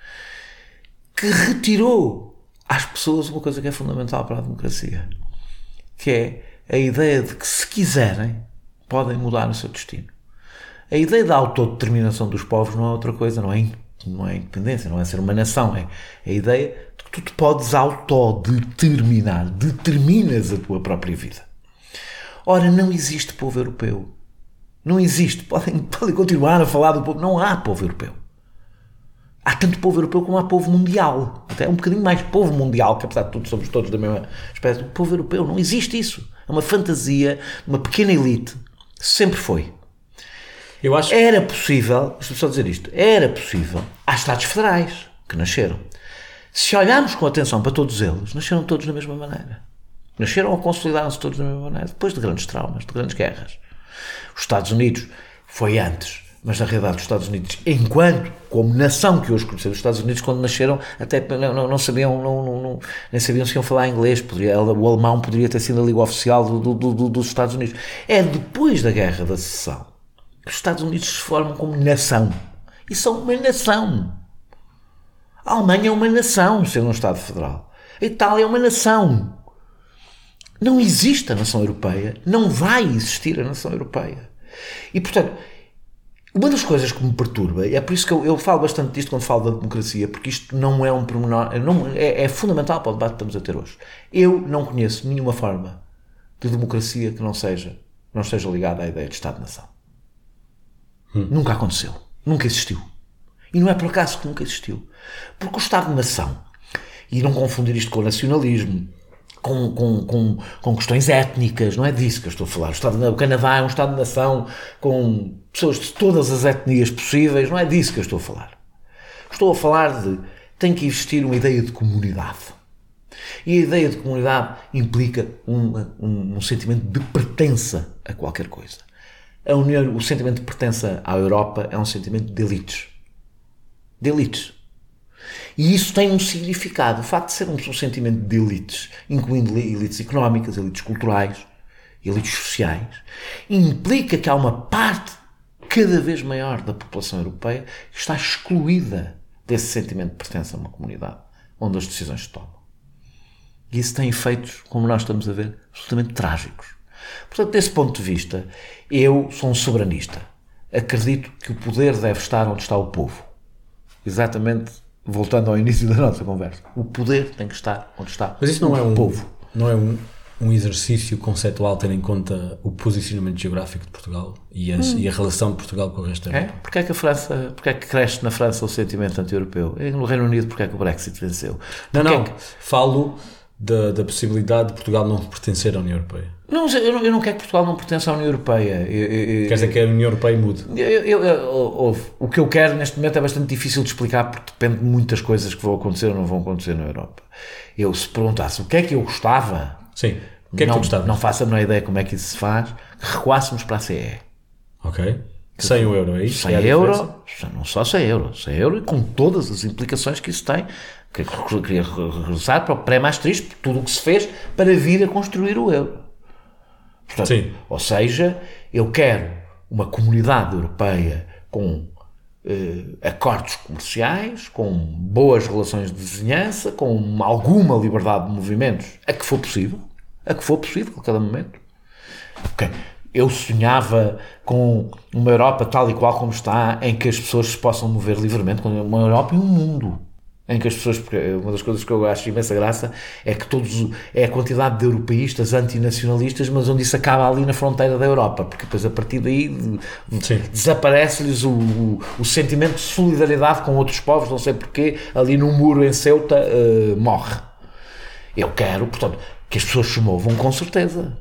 que retirou às pessoas uma coisa que é fundamental para a democracia, que é a ideia de que, se quiserem, podem mudar o seu destino. A ideia da autodeterminação dos povos não é outra coisa, não é, não é independência, não é ser uma nação, é a ideia de que tu te podes autodeterminar, determinas a tua própria vida. Ora, não existe povo europeu. Não existe. Podem, podem continuar a falar do povo. Não há povo europeu. Há tanto povo europeu como há povo mundial. Até um bocadinho mais povo mundial, que apesar de tudo somos todos da mesma espécie. O povo europeu. Não existe isso. É uma fantasia, uma pequena elite. Sempre foi. Eu acho... Era possível, estou só a dizer isto, era possível, há Estados federais que nasceram. Se olharmos com atenção para todos eles, nasceram todos da mesma maneira. Nasceram ou consolidaram-se todos da mesma maneira, depois de grandes traumas, de grandes guerras. Os Estados Unidos foi antes, mas na realidade os Estados Unidos, enquanto, como nação que hoje conhecemos, os Estados Unidos quando nasceram até não, não sabiam, não, não, não, nem sabiam se iam falar inglês, poderia, o alemão poderia ter sido a língua oficial do, do, do, dos Estados Unidos. É depois da Guerra da Secessão que os Estados Unidos se formam como nação. E são uma nação. A Alemanha é uma nação, sendo um Estado Federal. A Itália é uma nação. Não existe a nação europeia, não vai existir a nação europeia. E, portanto, uma das coisas que me perturba, é por isso que eu, eu falo bastante disto quando falo da democracia, porque isto não é um pormenor, não, é, é fundamental para o debate que estamos a ter hoje. Eu não conheço nenhuma forma de democracia que não seja, não esteja ligada à ideia de Estado-nação. Hum. Nunca aconteceu. Nunca existiu. E não é por acaso que nunca existiu. Porque o Estado-nação, e não confundir isto com o nacionalismo, Com, com, com, com questões étnicas, não é disso que eu estou a falar. O, Estado, o Canadá é um Estado-nação com pessoas de todas as etnias possíveis, não é disso que eu estou a falar. Estou a falar de tem que existir uma ideia de comunidade. E a ideia de comunidade implica um, um, um sentimento de pertença a qualquer coisa. A União, o sentimento de pertença à Europa é um sentimento de elites. De elites. E isso tem um significado. O facto de ser um, um sentimento de elites, incluindo elites económicas, elites culturais, elites sociais, implica que há uma parte cada vez maior da população europeia que está excluída desse sentimento de pertença a uma comunidade onde as decisões se tomam. E isso tem efeitos, como nós estamos a ver, absolutamente trágicos. Portanto, desse ponto de vista, eu sou um soberanista. Acredito que o poder deve estar onde está o povo. Exatamente. Voltando ao início da nossa conversa, o poder tem que estar onde está. Mas isso não o é um povo. Não é um, um exercício conceptual ter em conta o posicionamento geográfico de Portugal e, as, hum. e a relação de Portugal com o resto da Europa? É? Porque é que a França, porque é que cresce na França o sentimento anti-europeu? E no Reino Unido, porque é que o Brexit venceu? Não, porque não. É que... Falo da, da possibilidade de Portugal não pertencer à União Europeia. Não, eu não, eu não quero que Portugal não pertença à União Europeia. Eu, eu, Quer dizer que a União Europeia mude? Eu, eu, eu, o que eu quero neste momento é bastante difícil de explicar porque depende de muitas coisas que vão acontecer ou não vão acontecer na Europa. Eu, se perguntasse o que é que eu gostava, Sim. O que é que não, tu gostavas? Não faço a menor ideia como é que isso se faz, que recuássemos para a C E. Ok. Sem o euro, é isso? Sem euro, não só sem euro, sem euro e com todas as implicações que isso tem. Queria regressar para o pré-Maastricht, tudo o que se fez para vir a construir o euro. Portanto, Sim. Ou seja, eu quero uma comunidade europeia com eh, acordos comerciais, com boas relações de vizinhança, com alguma liberdade de movimentos, a que for possível, a que for possível a cada momento. Okay. Eu sonhava com uma Europa tal e qual como está, em que as pessoas se possam mover livremente, uma Europa e um mundo. Em que as pessoas, porque uma das coisas que eu acho imensa graça é que todos, é a quantidade de europeístas antinacionalistas, mas onde isso acaba ali na fronteira da Europa, porque depois a partir daí desaparece-lhes o, o, o sentimento de solidariedade com outros povos, não sei porquê, ali no muro em Ceuta uh, morre. Eu quero, portanto, que as pessoas se movam com certeza.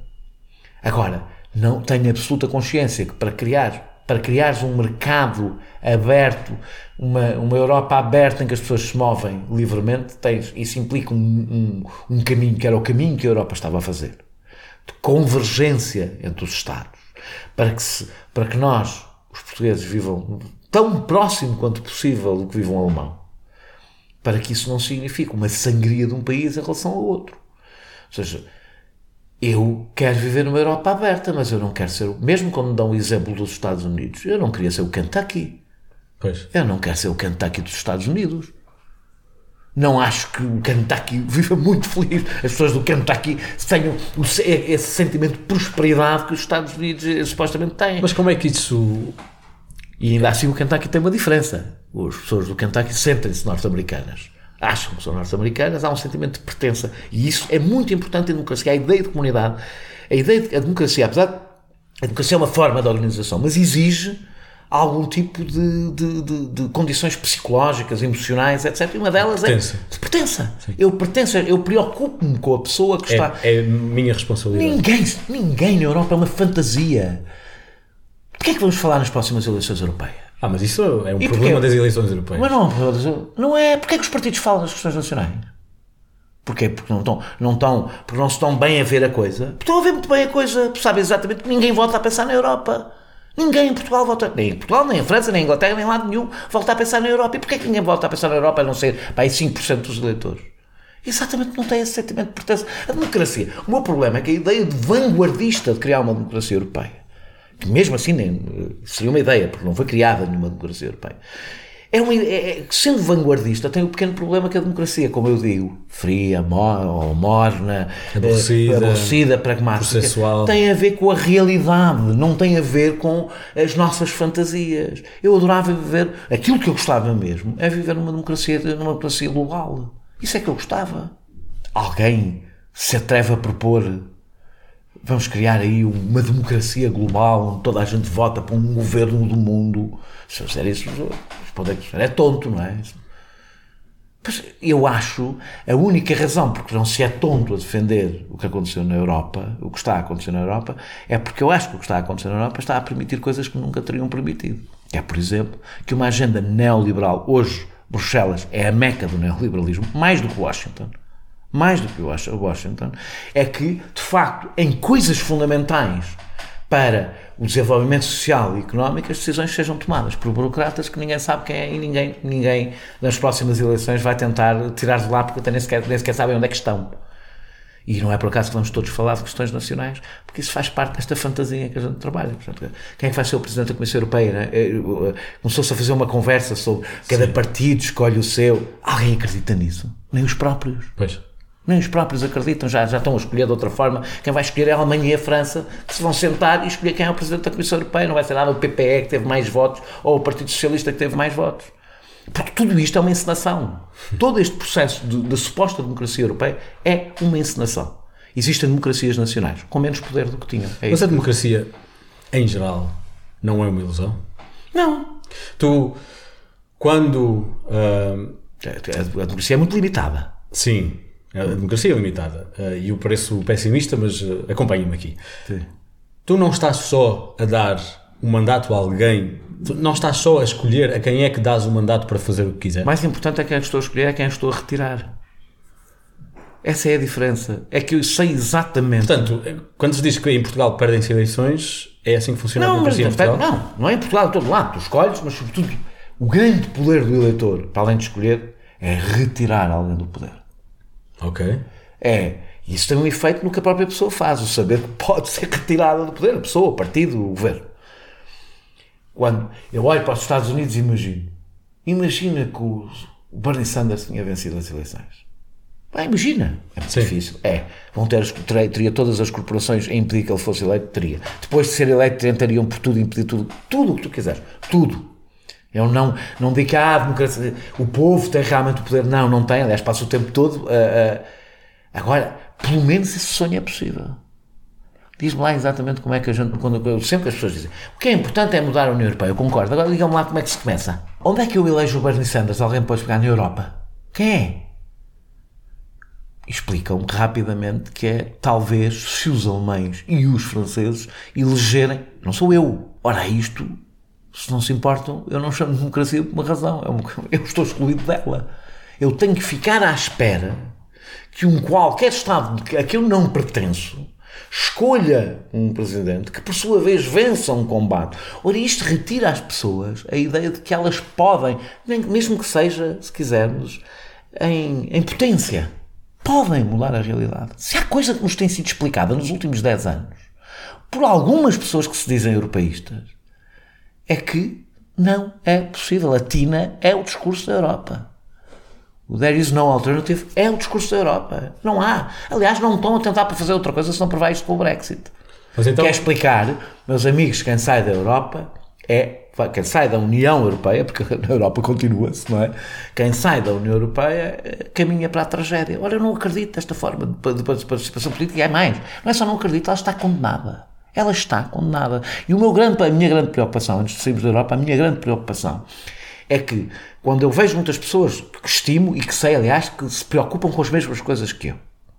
Agora, não tenho absoluta consciência que para criar, para criares um mercado aberto, uma, uma Europa aberta em que as pessoas se movem livremente, tens, isso implica um, um, um caminho que era o caminho que a Europa estava a fazer, de convergência entre os Estados, para que, se, para que nós, os portugueses, vivam tão próximo quanto possível do que vive um alemão, para que isso não signifique uma sangria de um país em relação ao outro. Ou seja, eu quero viver numa Europa aberta, mas eu não quero ser, mesmo quando dão o exemplo dos Estados Unidos, eu não queria ser o Kentucky. Pois. Eu não quero ser o Kentucky dos Estados Unidos. Não acho que o Kentucky viva muito feliz. As pessoas do Kentucky tenham esse sentimento de prosperidade que os Estados Unidos supostamente têm. Mas como é que isso... E ainda assim o Kentucky tem uma diferença. As pessoas do Kentucky sentem-se norte-americanas. Acham que são norte-americanas, há um sentimento de pertença. E isso é muito importante em democracia. A ideia de comunidade, a ideia de a democracia, apesar de a democracia é uma forma de organização, mas exige algum tipo de, de, de, de condições psicológicas, emocionais, etcétera. E uma delas pertença. é de pertença. Eu pertenço, eu preocupo-me com a pessoa que é, está... É minha responsabilidade. Ninguém, ninguém na Europa é uma fantasia. De que é que vamos falar nas próximas eleições europeias? Ah, mas isso é um E problema porquê? das eleições europeias. Mas não, não é. Porquê é que os partidos falam das questões nacionais? Porquê? Porque não estão, não estão, porque não se estão bem a ver a coisa. Estão a ver muito bem a coisa, porque sabem exatamente que ninguém volta a pensar na Europa. Ninguém em Portugal volta, nem em Portugal, nem em França, nem em Inglaterra, nem em lado nenhum, volta a pensar na Europa. E porquê que ninguém volta a pensar na Europa a não ser para aí cinco por cento dos eleitores? Exatamente, não tem esse sentimento de pertença. A democracia, o meu problema é que a ideia de vanguardista de criar uma democracia europeia, que mesmo assim nem, seria uma ideia, porque não foi criada nenhuma democracia europeia, é uma, é, sendo vanguardista, tem o pequeno problema que a democracia, como eu digo, fria, mor, ou morna, aborrecida, aborrecida, pragmática, processual, tem a ver com a realidade, não tem a ver com as nossas fantasias. Eu adorava viver, aquilo que eu gostava mesmo, é viver numa democracia, numa democracia global. Isso é que eu gostava. Alguém se atreve a propor, vamos criar aí uma democracia global onde toda a gente vota para um governo do mundo. Se eu fizer isso, é tonto, não é? Mas eu acho a única razão porque não se é tonto a defender o que aconteceu na Europa, o que está a acontecer na Europa, é porque eu acho que o que está a acontecer na Europa está a permitir coisas que nunca teriam permitido. É, por exemplo, que uma agenda neoliberal, hoje Bruxelas é a meca do neoliberalismo, mais do que Washington, mais do que Washington, é que, de facto, em coisas fundamentais para o desenvolvimento social e económico, as decisões sejam tomadas por burocratas que ninguém sabe quem é e ninguém, ninguém nas próximas eleições vai tentar tirar de lá porque até nem sequer, nem sequer sabem onde é que estão. E não é por acaso que vamos todos falar de questões nacionais, porque isso faz parte desta fantasia que a gente trabalha. Portanto, quem é que vai ser o Presidente da Comissão Europeia? Né? Começou-se a fazer uma conversa sobre cada Sim. partido escolhe o seu. Alguém acredita nisso? Nem os próprios. Pois. Nem os próprios acreditam, já, já estão a escolher de outra forma. Quem vai escolher é a Alemanha e a França, que se vão sentar e escolher quem é o Presidente da Comissão Europeia. Não vai ser nada o P P E que teve mais votos ou o Partido Socialista que teve mais votos. Porque tudo isto é uma encenação. Todo este processo de, de suposta democracia europeia é uma encenação. Existem democracias nacionais com menos poder do que tinham. É Mas a democracia, em geral, não é uma ilusão? Não. Tu, quando... Uh... A, a democracia é muito limitada. Sim, a democracia é limitada. Uh, e eu pareço pessimista, mas uh, acompanha-me aqui. Sim. Tu não estás só a dar um mandato a alguém, tu não estás só a escolher a quem é que dás o mandato para fazer o que quiser. Mais importante é quem estou a escolher, é quem estou a retirar. Essa é a diferença. É que eu sei exatamente... Portanto, quando se diz que em Portugal perdem-se eleições, é assim que funciona não, a democracia mas, em Portugal? Não, não é em Portugal, em todo lado. Tu escolhes, mas sobretudo o grande poder do eleitor, para além de escolher, é retirar alguém do poder. Ok. É... Isso tem um efeito no que a própria pessoa faz, o saber que pode ser retirada do poder, a pessoa, o partido, o governo. Quando eu olho para os Estados Unidos e imagino, imagina que o Bernie Sanders tinha vencido as eleições. Bem, imagina, é muito Sim. difícil. É, vão ter, teria, teria todas as corporações a impedir que ele fosse eleito, teria. Depois de ser eleito, tentariam por tudo, impedir tudo, tudo o que tu quiseres, tudo. Eu não, não digo que ah, a democracia, o povo tem realmente o poder, não, não tem, aliás, passa o tempo todo a... a agora, pelo menos esse sonho é possível. Diz-me lá exatamente como é que a gente... Quando, eu, sempre que as pessoas dizem o que é importante é mudar a União Europeia, eu concordo. Agora digam-me lá como é que se começa. Onde é que eu elejo o Bernie Sanders? Alguém pode pegar na Europa? Quem é? Explicam-me rapidamente que é, talvez, se os alemães e os franceses elegerem... Não sou eu. Ora, isto, se não se importam, eu não chamo de democracia por uma razão. Eu, eu estou excluído dela. Eu tenho que ficar à espera que um qualquer Estado a que eu não pertenço escolha um presidente que, por sua vez, vença um combate. Ora, isto retira às pessoas a ideia de que elas podem, mesmo que seja, se quisermos, em, em potência, podem mudar a realidade. Se há coisa que nos tem sido explicada nos últimos dez anos, por algumas pessoas que se dizem europeístas, é que não é possível. A Tina é o discurso da Europa. O There is no alternative é o discurso da Europa. Não há. Aliás, não estão a tentar para fazer outra coisa se não provar isto com o Brexit. Mas então... Quer explicar, meus amigos, quem sai da Europa é... Quem sai da União Europeia, porque na Europa continua-se, não é? Quem sai da União Europeia caminha para a tragédia. Ora, eu não acredito nesta forma de, de, de participação política. E é mais. Não é só não acredito, ela está condenada. Ela está condenada. E o meu grande, a minha grande preocupação, antes de sairmos da Europa, a minha grande preocupação é que, quando eu vejo muitas pessoas que estimo e que sei, aliás, que se preocupam com as mesmas coisas que eu,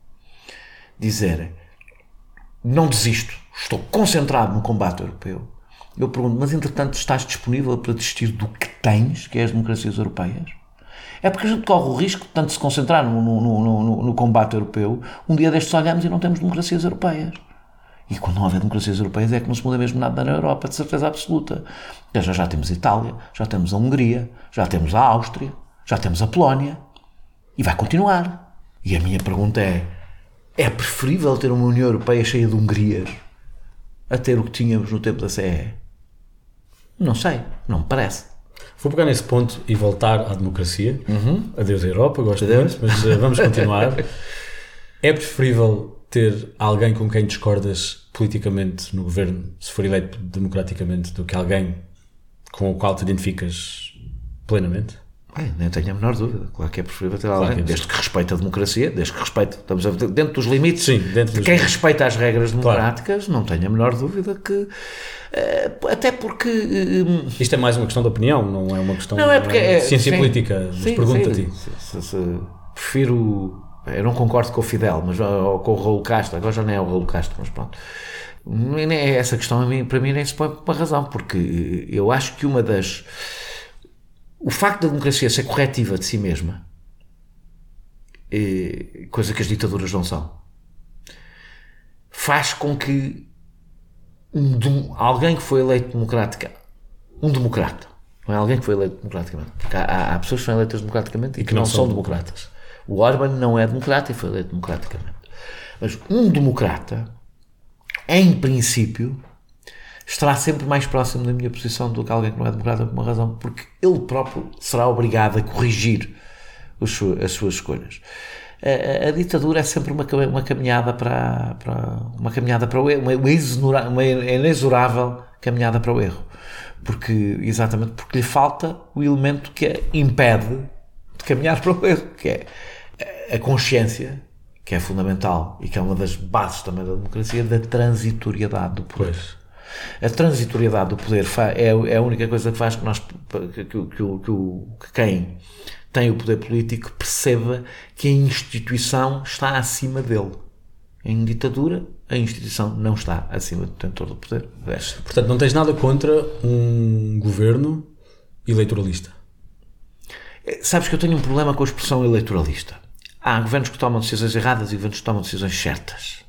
dizerem, não desisto, estou concentrado no combate europeu, eu pergunto, mas entretanto estás disponível para desistir do que tens, que é as democracias europeias? É porque a gente corre o risco de tanto se concentrar no, no, no, no, no combate europeu, um dia destes olhamos e não temos democracias europeias. E quando não houver democracias europeias é que não se muda mesmo nada na Europa, de certeza absoluta. Já, já temos a Itália, já temos a Hungria, já temos a Áustria, já temos a Polónia. E vai continuar. E a minha pergunta é, é preferível ter uma União Europeia cheia de Hungrias a ter o que tínhamos no tempo da C E E? Não sei, não me parece. Vou pegar nesse ponto e voltar à democracia. Uhum. Adeus Europa, gosto Adeus. muito, mas uh, vamos continuar. É preferível ter alguém com quem discordas politicamente no governo, se for eleito democraticamente, do que alguém com o qual te identificas plenamente? Bem, nem tenho a menor dúvida. Claro que é preferível ter Claro alguém, que é desde que respeite a democracia, desde que respeite, estamos a, dentro dos limites. Sim, dentro de dos quem limites. respeita as regras democráticas, Claro. Não tenho a menor dúvida que, uh, até porque... Uh, Isto é mais uma questão de opinião, não é uma questão não é porque de é, ciência sim, política. Mas sim, pergunto-te. sim, se, se, se, prefiro... Eu não concordo com o Fidel, mas ou com o Raul Castro, agora já não é o Raul Castro, mas pronto. Essa questão para mim nem se põe por uma razão, porque eu acho que uma das... O facto da democracia ser corretiva de si mesma, é coisa que as ditaduras não são, faz com que um, alguém que foi eleito democrática, um democrata, não é alguém que foi eleito democraticamente, porque há, há pessoas que são eleitas democraticamente e, e que, que não, não são democratas. O Orban não é democrata e foi eleito democraticamente. Mas um democrata, em princípio, estará sempre mais próximo da minha posição do que alguém que não é democrata por uma razão, porque ele próprio será obrigado a corrigir os, as suas escolhas. A, a, a ditadura é sempre uma, uma caminhada para, para uma caminhada para o erro, uma, uma, uma inexorável caminhada para o erro, porque exatamente porque lhe falta o elemento que a impede de caminhar para o erro, que é a consciência, que é fundamental e que é uma das bases também da democracia, da transitoriedade do poder. Pois. A transitoriedade do poder é a única coisa que faz que, nós, que, que, que, que quem tem o poder político perceba que a instituição está acima dele. Em ditadura, a instituição não está acima do detentor do poder. Portanto, não tens nada contra um governo eleitoralista? Sabes que eu tenho um problema com a expressão eleitoralista. Há governos que tomam decisões erradas e governos que tomam decisões certas.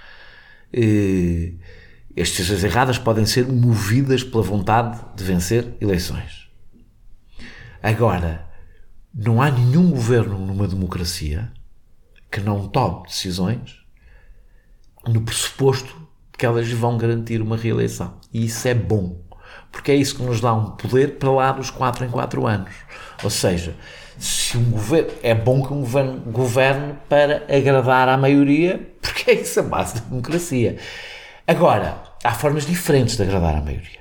E as decisões erradas podem ser movidas pela vontade de vencer eleições. Agora, não há nenhum governo numa democracia que não tome decisões no pressuposto de que elas vão garantir uma reeleição. E isso é bom, porque é isso que nos dá um poder para lá dos quatro em quatro anos. Ou seja, se um governo, é bom que um governo governe para agradar à maioria, porque é isso a base da democracia. Agora, há formas diferentes de agradar à maioria.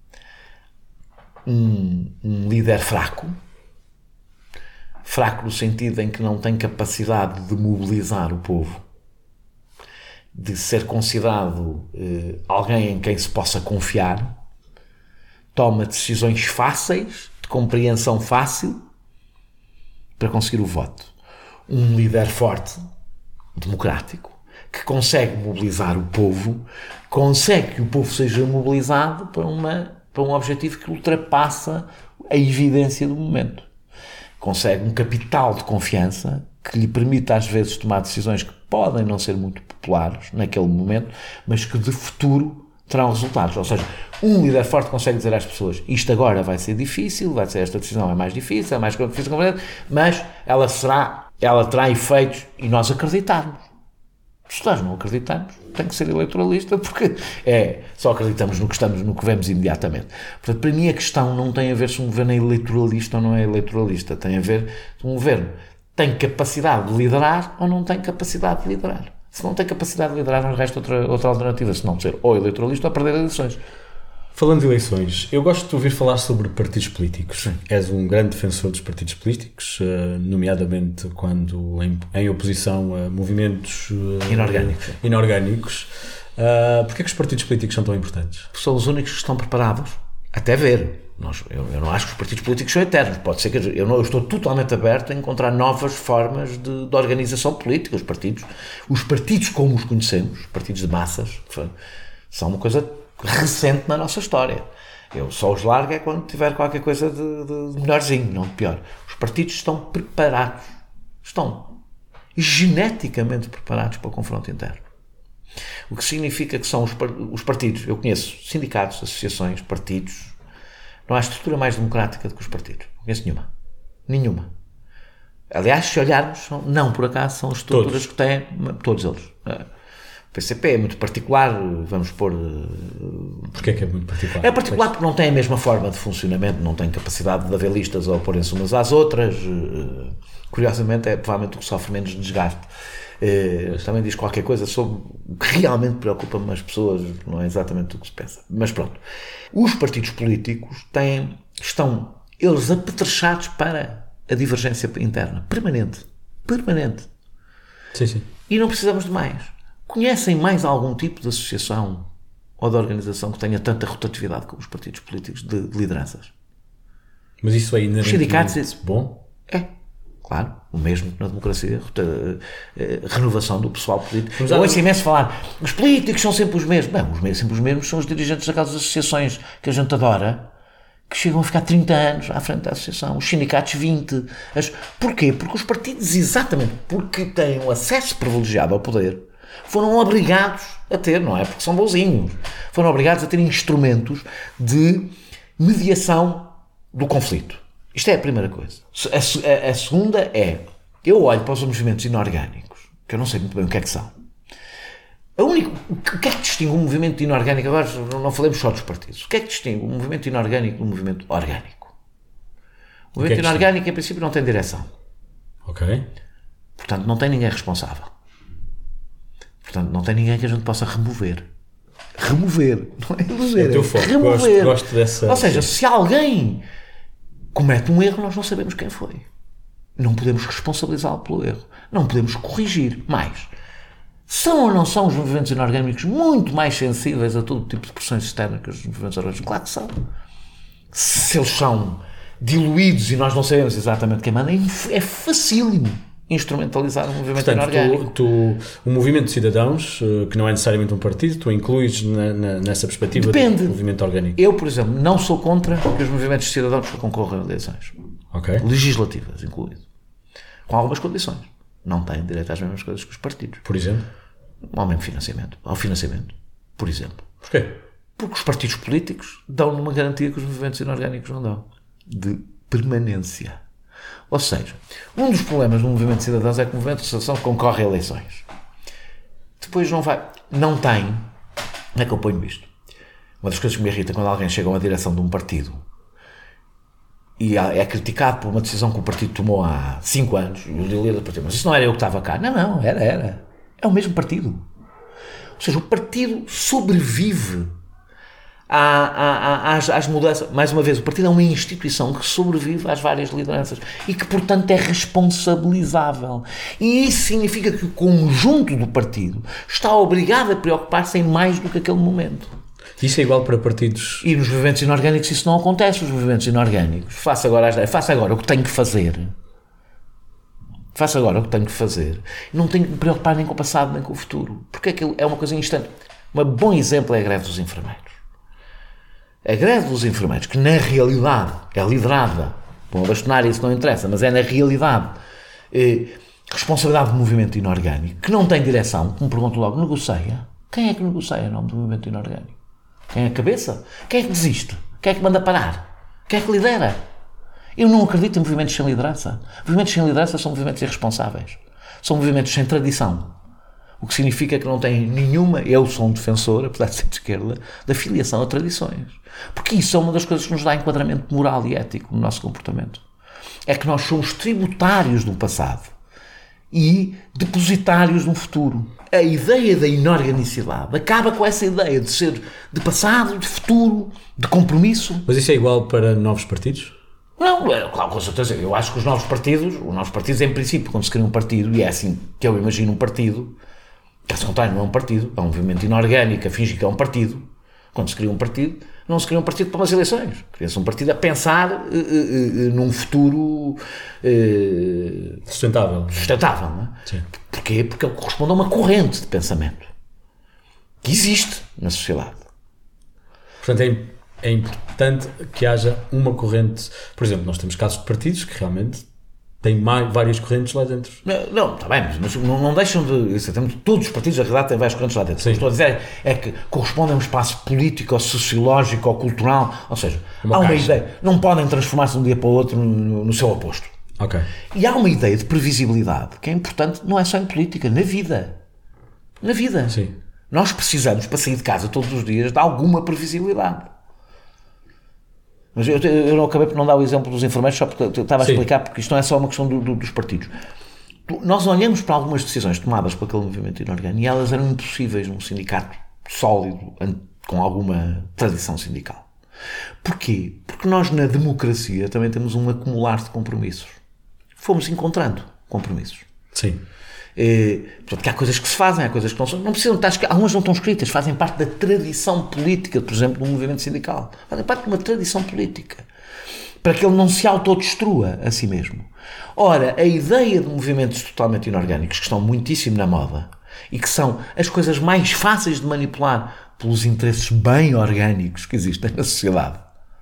Um, um líder fraco, fraco no sentido em que não tem capacidade de mobilizar o povo, de ser considerado eh, alguém em quem se possa confiar, toma decisões fáceis, de compreensão fácil, para conseguir o voto. Um líder forte, democrático, que consegue mobilizar o povo, consegue que o povo seja mobilizado para, uma, para um objetivo que ultrapassa a evidência do momento. Consegue um capital de confiança que lhe permite às vezes tomar decisões que podem não ser muito populares naquele momento, mas que de futuro terão resultados. Ou seja, um líder forte consegue dizer às pessoas: isto agora vai ser difícil, vai ser esta decisão é mais difícil, é mais difícil, mas ela será, ela terá efeitos, e nós acreditarmos. Se nós não acreditamos, tem que ser eleitoralista, porque é, só acreditamos no que estamos, no que vemos imediatamente. Portanto, para mim a questão não tem a ver se um governo é eleitoralista ou não é eleitoralista, tem a ver se um governo tem capacidade de liderar ou não tem capacidade de liderar. Se não tem capacidade de liderar, não resta outra, outra alternativa, se não ser ou eleitoralista ou perder eleições. Falando de eleições, eu gosto de ouvir falar sobre partidos políticos. Sim. És um grande defensor dos partidos políticos, nomeadamente quando em, em oposição a movimentos inorgânicos. inorgânicos. Uh, Porquê é que os partidos políticos são tão importantes? São os únicos que estão preparados, até ver. Nós, eu, eu não acho que os partidos políticos são eternos. Pode ser que eu, não, eu estou totalmente aberto a encontrar novas formas de, de organização política. Os partidos, os partidos como os conhecemos, partidos de massas, são uma coisa recente na nossa história. Eu só os largo é quando tiver qualquer coisa de, de melhorzinho, não de pior. Os partidos estão preparados, estão geneticamente preparados para o confronto interno. O que significa que são os, os partidos. Eu conheço sindicatos, associações, partidos. Não há estrutura mais democrática do que os partidos. Não conheço nenhuma. Nenhuma. Aliás, se olharmos, não por acaso, são estruturas todos. Que têm, todos eles. O P C P é muito particular, vamos pôr... Porquê é que é muito particular? É particular porque não tem a mesma forma de funcionamento, não tem capacidade de haver listas ou porem-se umas às outras. Curiosamente, é provavelmente o que sofre menos desgaste. Também diz qualquer coisa sobre o que realmente preocupa-me as pessoas, não é exatamente o que se pensa. Mas pronto. Os partidos políticos têm, estão, eles apetrechados para a divergência interna. Permanente. Permanente. Sim, sim. E não precisamos de mais. Conhecem mais algum tipo de associação ou de organização que tenha tanta rotatividade como os partidos políticos de, de lideranças? Mas isso é inerentemente bom? É, claro. O mesmo na democracia. Renovação do pessoal político. Mas eu ouço imenso falar, os políticos são sempre os mesmos. Não, os mesmos, sempre os mesmos são os dirigentes daquelas associações que a gente adora, que chegam a ficar trinta anos à frente da associação, os sindicatos vinte. As... Porquê? Porque os partidos, exatamente porque têm um acesso privilegiado ao poder, foram obrigados a ter, não é porque são bonzinhos, foram obrigados a ter instrumentos de mediação do conflito. Isto é a primeira coisa. A, a, a segunda é, eu olho para os movimentos inorgânicos, que eu não sei muito bem o que é que são. A única, o que é que distingue um movimento inorgânico? Agora não falemos só dos partidos. O que é que distingue um movimento inorgânico do movimento orgânico? O movimento o que é inorgânico, em princípio, não tem direção. Ok. Portanto, não tem ninguém responsável. Portanto, não tem ninguém que a gente possa remover. Remover. Não é remover. É o teu foco. Remover. Gosto, gosto dessa... Ou seja, se alguém comete um erro, nós não sabemos quem foi. Não podemos responsabilizá-lo pelo erro. Não podemos corrigir. Mais. São ou não são os movimentos inorgânicos muito mais sensíveis a todo tipo de pressões externas que os movimentos orgânicos? Claro que são. Se eles são diluídos e nós não sabemos exatamente quem manda, é facílimo instrumentalizar um movimento Portanto, inorgânico. Tu, tu, o movimento de cidadãos, que não é necessariamente um partido, tu incluís na, na, nessa perspectiva Depende. Do movimento orgânico? Eu, por exemplo, não sou contra que os movimentos de cidadãos concorram a eleições. Okay. Legislativas, incluído. Com algumas condições. Não têm direito às mesmas coisas que os partidos. Por exemplo? Ao mesmo financiamento. Ao financiamento, por exemplo. Porquê? Porque os partidos políticos dão uma garantia que os movimentos inorgânicos não dão. De permanência. Ou seja, um dos problemas do movimento de cidadãos é que o movimento de cidadãos concorre a eleições. Depois não vai... Não tem... Como é que eu ponho isto? Uma das coisas que me irrita quando alguém chega a uma direção de um partido e é criticado por uma decisão que o partido tomou há cinco anos, e o líder do partido, mas isso não era eu que estava cá. Não, não, era, era. É o mesmo partido. Ou seja, o partido sobrevive à, à, à, às, às mudanças. Mais uma vez, o partido é uma instituição que sobrevive às várias lideranças e que, portanto, é responsabilizável. E isso significa que o conjunto do partido está obrigado a preocupar-se em mais do que aquele momento. Isso é igual para partidos... E nos movimentos inorgânicos isso não acontece. Os movimentos inorgânicos, faça agora, faça agora o que tenho que fazer. Faça agora o que tenho que fazer. Não tenho que me preocupar nem com o passado nem com o futuro. Porque aquilo é uma coisa instante. Um bom exemplo é a greve dos enfermeiros. A greve dos enfermeiros, que na realidade é liderada por uma bastonária, isso não interessa, mas é na realidade é, responsabilidade do movimento inorgânico, que não tem direção, como pergunto logo, negocia. Quem é que negocia em nome do movimento inorgânico? Quem é a cabeça? Quem é que desiste? Quem é que manda parar? Quem é que lidera? Eu não acredito em movimentos sem liderança. Movimentos sem liderança são movimentos irresponsáveis. São movimentos sem tradição. O que significa que não têm nenhuma... Eu sou um defensor, apesar de ser de esquerda, da filiação a tradições. Porque isso é uma das coisas que nos dá enquadramento moral e ético no nosso comportamento. É que nós somos tributários do passado e depositários no futuro. A ideia da inorganicidade acaba com essa ideia de ser de passado, de futuro, de compromisso. Mas isso é igual para novos partidos? Não, é, claro, com certeza. Eu acho que os novos partidos, os novos partidos, em princípio, quando se cria um partido, e é assim que eu imagino um partido, caso contrário, não é um partido, é um movimento inorgânico, finge que é um partido. Quando se cria um partido, não se cria um partido para umas eleições. Cria-se um partido a pensar uh, uh, uh, num futuro uh, sustentável. Sustentável, não é? Sim. Porquê? Porque ele corresponde a uma corrente de pensamento que existe na sociedade. Portanto, é, é importante que haja uma corrente. Por exemplo, nós temos casos de partidos que realmente têm mais, várias correntes lá dentro. Não, não está bem, mas não, não deixam de... Isso, temos, todos os partidos, na realidade, têm várias correntes lá dentro. Sim. O que estou a dizer é, é que correspondem a um espaço político, ou sociológico, ou cultural, ou seja, uma há uma caixa. Ideia, não podem transformar-se de um dia para o outro no, no seu oposto. Okay. E há uma ideia de previsibilidade que é importante, não é só em política, na vida. Na vida. Sim. Nós precisamos, para sair de casa todos os dias, de alguma previsibilidade. Mas eu, eu não acabei por não dar o exemplo dos enfermeiros, só porque eu estava a explicar, porque isto não é só uma questão do, do, dos partidos. Nós olhamos para algumas decisões tomadas por aquele movimento inorgânico e elas eram impossíveis num sindicato sólido, com alguma tradição sindical. Porquê? Porque nós na democracia também temos um acumular de compromissos. Fomos encontrando compromissos. Sim. É, portanto, que há coisas que se fazem, há coisas que não são, não precisam estar escritas, algumas não estão escritas, fazem parte da tradição política, por exemplo, do movimento sindical, fazem parte de uma tradição política, para que ele não se autodestrua a si mesmo. Ora, a ideia de movimentos totalmente inorgânicos, que estão muitíssimo na moda, e que são as coisas mais fáceis de manipular pelos interesses bem orgânicos que existem na sociedade,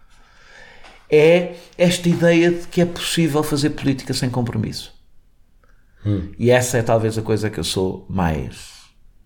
é esta ideia de que é possível fazer política sem compromisso. Hum. E essa é talvez a coisa que eu sou mais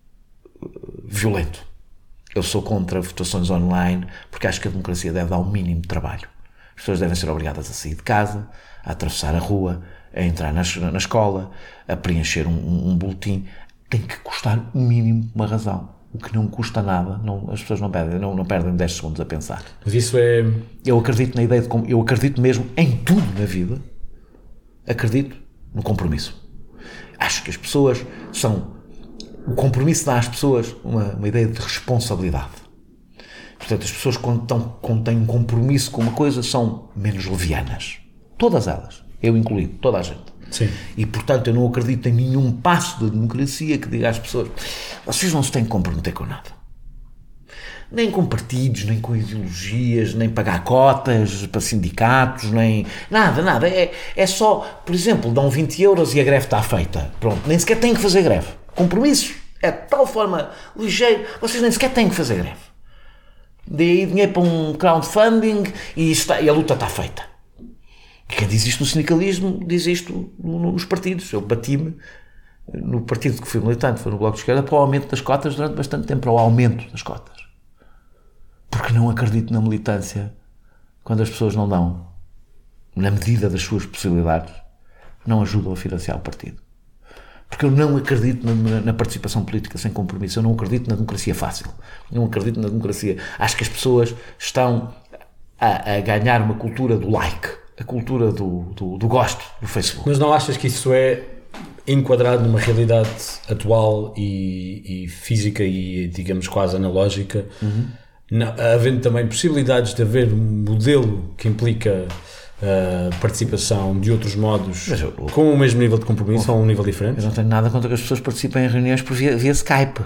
violento. Eu sou contra votações online porque acho que a democracia deve dar o mínimo de trabalho. As pessoas devem ser obrigadas a sair de casa, a atravessar a rua, a entrar na, na escola, a preencher um, um, um boletim. Tem que custar o mínimo uma razão. O que não custa nada, não, as pessoas não perdem, não, não perdem dez segundos a pensar. Mas isso é... Eu acredito na ideia de... Eu acredito mesmo em tudo na vida. Acredito no compromisso. Acho que as pessoas são... O compromisso dá às pessoas uma, uma ideia de responsabilidade. Portanto, as pessoas quando, estão, quando têm um compromisso com uma coisa são menos levianas. Todas elas. Eu incluído. Toda a gente. Sim. E, portanto, eu não acredito em nenhum passo da democracia que diga às pessoas: vocês não se têm que comprometer com nada. Nem com partidos, nem com ideologias, nem pagar cotas para sindicatos, nem... Nada, nada. É, é só, por exemplo, dão vinte euros e a greve está feita. Pronto, nem sequer têm que fazer greve. Compromisso. É de tal forma ligeiro, vocês nem sequer têm que fazer greve. Dê dinheiro para um crowdfunding e, está, e a luta está feita. E quem diz isto no sindicalismo, diz isto nos partidos. Eu bati-me no partido que fui militante, foi no Bloco de Esquerda, para o aumento das cotas durante bastante tempo, para o aumento das cotas. Porque não acredito na militância quando as pessoas não dão, na medida das suas possibilidades, não ajudam a financiar o partido. Porque eu não acredito na, na participação política sem compromisso, eu não acredito na democracia fácil, não acredito na democracia. Acho que as pessoas estão a, a ganhar uma cultura do like, a cultura do, do, do gosto do Facebook. Mas não achas que isso é enquadrado numa realidade atual e, e física e, digamos, quase analógica? Uhum. Não, havendo também possibilidades de haver um modelo que implica uh, participação de outros modos eu, com o mesmo nível de compromisso ou um nível diferente? Eu não tenho nada contra que as pessoas participem em reuniões por via, via Skype.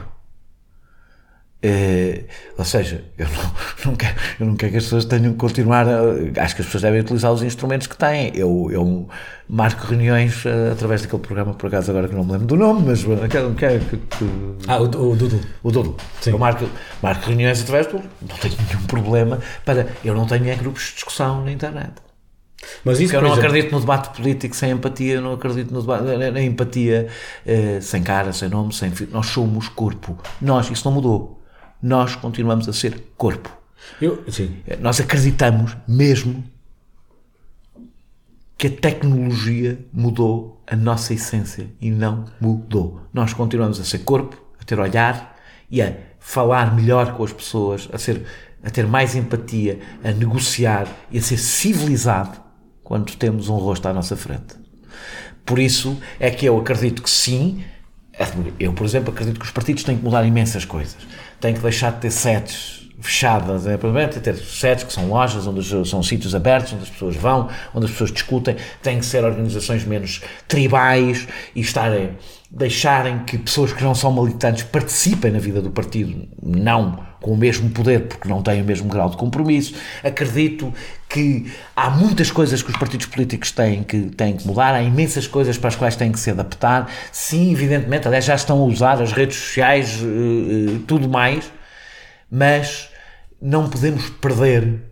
É, ou seja, eu não, não quero, eu não quero que as pessoas tenham que continuar a, acho que as pessoas devem utilizar os instrumentos que têm. Eu, eu marco reuniões uh, através daquele programa, por acaso agora que não me lembro do nome, mas uh, quero, quero que, que, Ah, o, o Doodle. O Doodle. Eu marco, marco reuniões através do não tenho nenhum problema para... Eu não tenho é grupos de discussão na internet. Mas isso, eu não exemplo... acredito no debate político sem empatia, eu não acredito no debate, na, na empatia uh, sem cara, sem nome, sem... Nós somos corpo. Nós, isso não mudou. Nós continuamos a ser corpo. Eu, sim. Nós acreditamos mesmo que a tecnologia mudou a nossa essência e não mudou. Nós continuamos a ser corpo, a ter olhar e a falar melhor com as pessoas, a, ser, a ter mais empatia, a negociar e a ser civilizado quando temos um rosto à nossa frente. Por isso é que eu acredito que sim, eu, por exemplo, acredito que os partidos têm que mudar imensas coisas. Têm que deixar de ter sedes fechadas, é, primeiro ter sedes que são lojas, onde são sítios abertos, onde as pessoas vão, onde as pessoas discutem. Têm que ser organizações menos tribais e estarem, deixarem que pessoas que não são militantes participem na vida do partido, não com o mesmo poder, porque não têm o mesmo grau de compromisso. Acredito que há muitas coisas que os partidos políticos têm que, têm que mudar, há imensas coisas para as quais têm que se adaptar. Sim, evidentemente, aliás, já estão a usar as redes sociais, tudo mais, mas não podemos perder,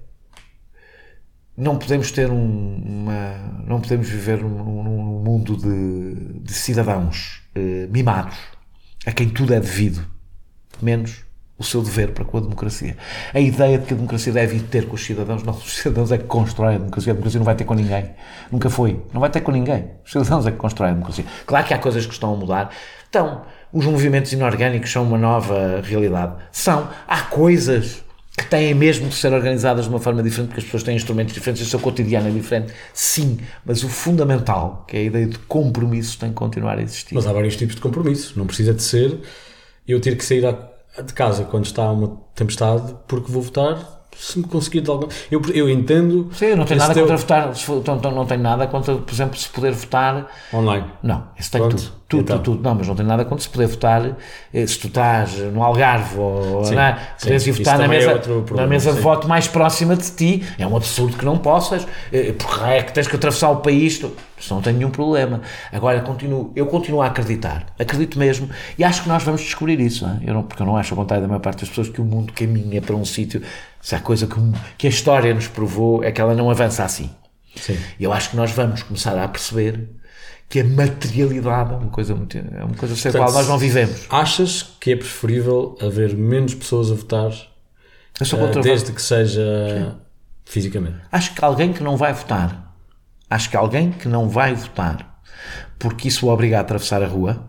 não podemos ter um, uma, não podemos viver num, num mundo de, de cidadãos eh, mimados, a quem tudo é devido, menos o seu dever para com a democracia. A ideia de que a democracia deve ir ter com os cidadãos, não, os cidadãos é que constroem a democracia, a democracia não vai ter com ninguém, nunca foi, não vai ter com ninguém, os cidadãos é que constroem a democracia. Claro que há coisas que estão a mudar, então, os movimentos inorgânicos são uma nova realidade, são, há coisas que têm mesmo de ser organizadas de uma forma diferente, porque as pessoas têm instrumentos diferentes, o seu cotidiano é diferente, sim, mas o fundamental, que é a ideia de compromisso, tem que continuar a existir. Mas há vários tipos de compromisso, não precisa de ser eu ter que sair de casa quando está uma tempestade porque vou votar, se me conseguir de alguma... Eu, eu entendo... Sim, eu não tenho nada teu... contra votar, se for, então, não tenho nada contra, por exemplo, se poder votar... Online. Não, isso tem tudo. Tudo, então. tudo, tudo. Não, mas não tenho nada contra se poder votar, se tu estás no Algarve ou... Sim, não, podes ir votar na mesa, é na mesa de voto mais próxima de ti. É um absurdo que não possas, porque é que tens que atravessar o país... Isso não tem nenhum problema. Agora, continuo, eu continuo a acreditar. Acredito mesmo. E acho que nós vamos descobrir isso. Não é? Eu não, porque eu não acho, ao contrário da maior parte das pessoas, que o mundo caminha para um sítio... Se há coisa que, que a história nos provou é que ela não avança assim. Sim. Eu acho que nós vamos começar a perceber que a materialidade é uma coisa, muito, é uma coisa sem a qual nós não vivemos. Achas que é preferível haver menos pessoas a votar uh, desde que seja Sim. fisicamente? Acho que alguém que não vai votar Acho que alguém que não vai votar porque isso o obriga a atravessar a rua,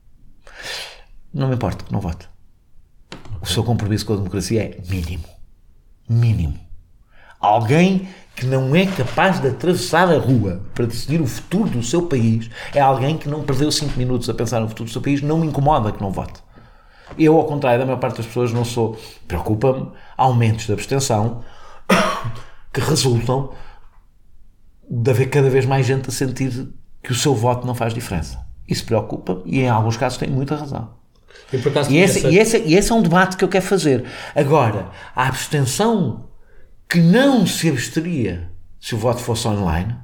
não me importa que não vote. Okay. O seu compromisso com a democracia é mínimo. Mínimo. Alguém que não é capaz de atravessar a rua para decidir o futuro do seu país é alguém que não perdeu cinco minutos a pensar no futuro do seu país. Não me incomoda que não vote. Eu, ao contrário da maior parte das pessoas, não sou... Preocupa-me aumentos de abstenção que resultam de haver cada vez mais gente a sentir que o seu voto não faz diferença. Isso preocupa e em alguns casos tem muita razão. Eu, por acaso, e, esse, essa... e, esse, e esse é um debate que eu quero fazer. Agora, a abstenção que não se absteria se o voto fosse online...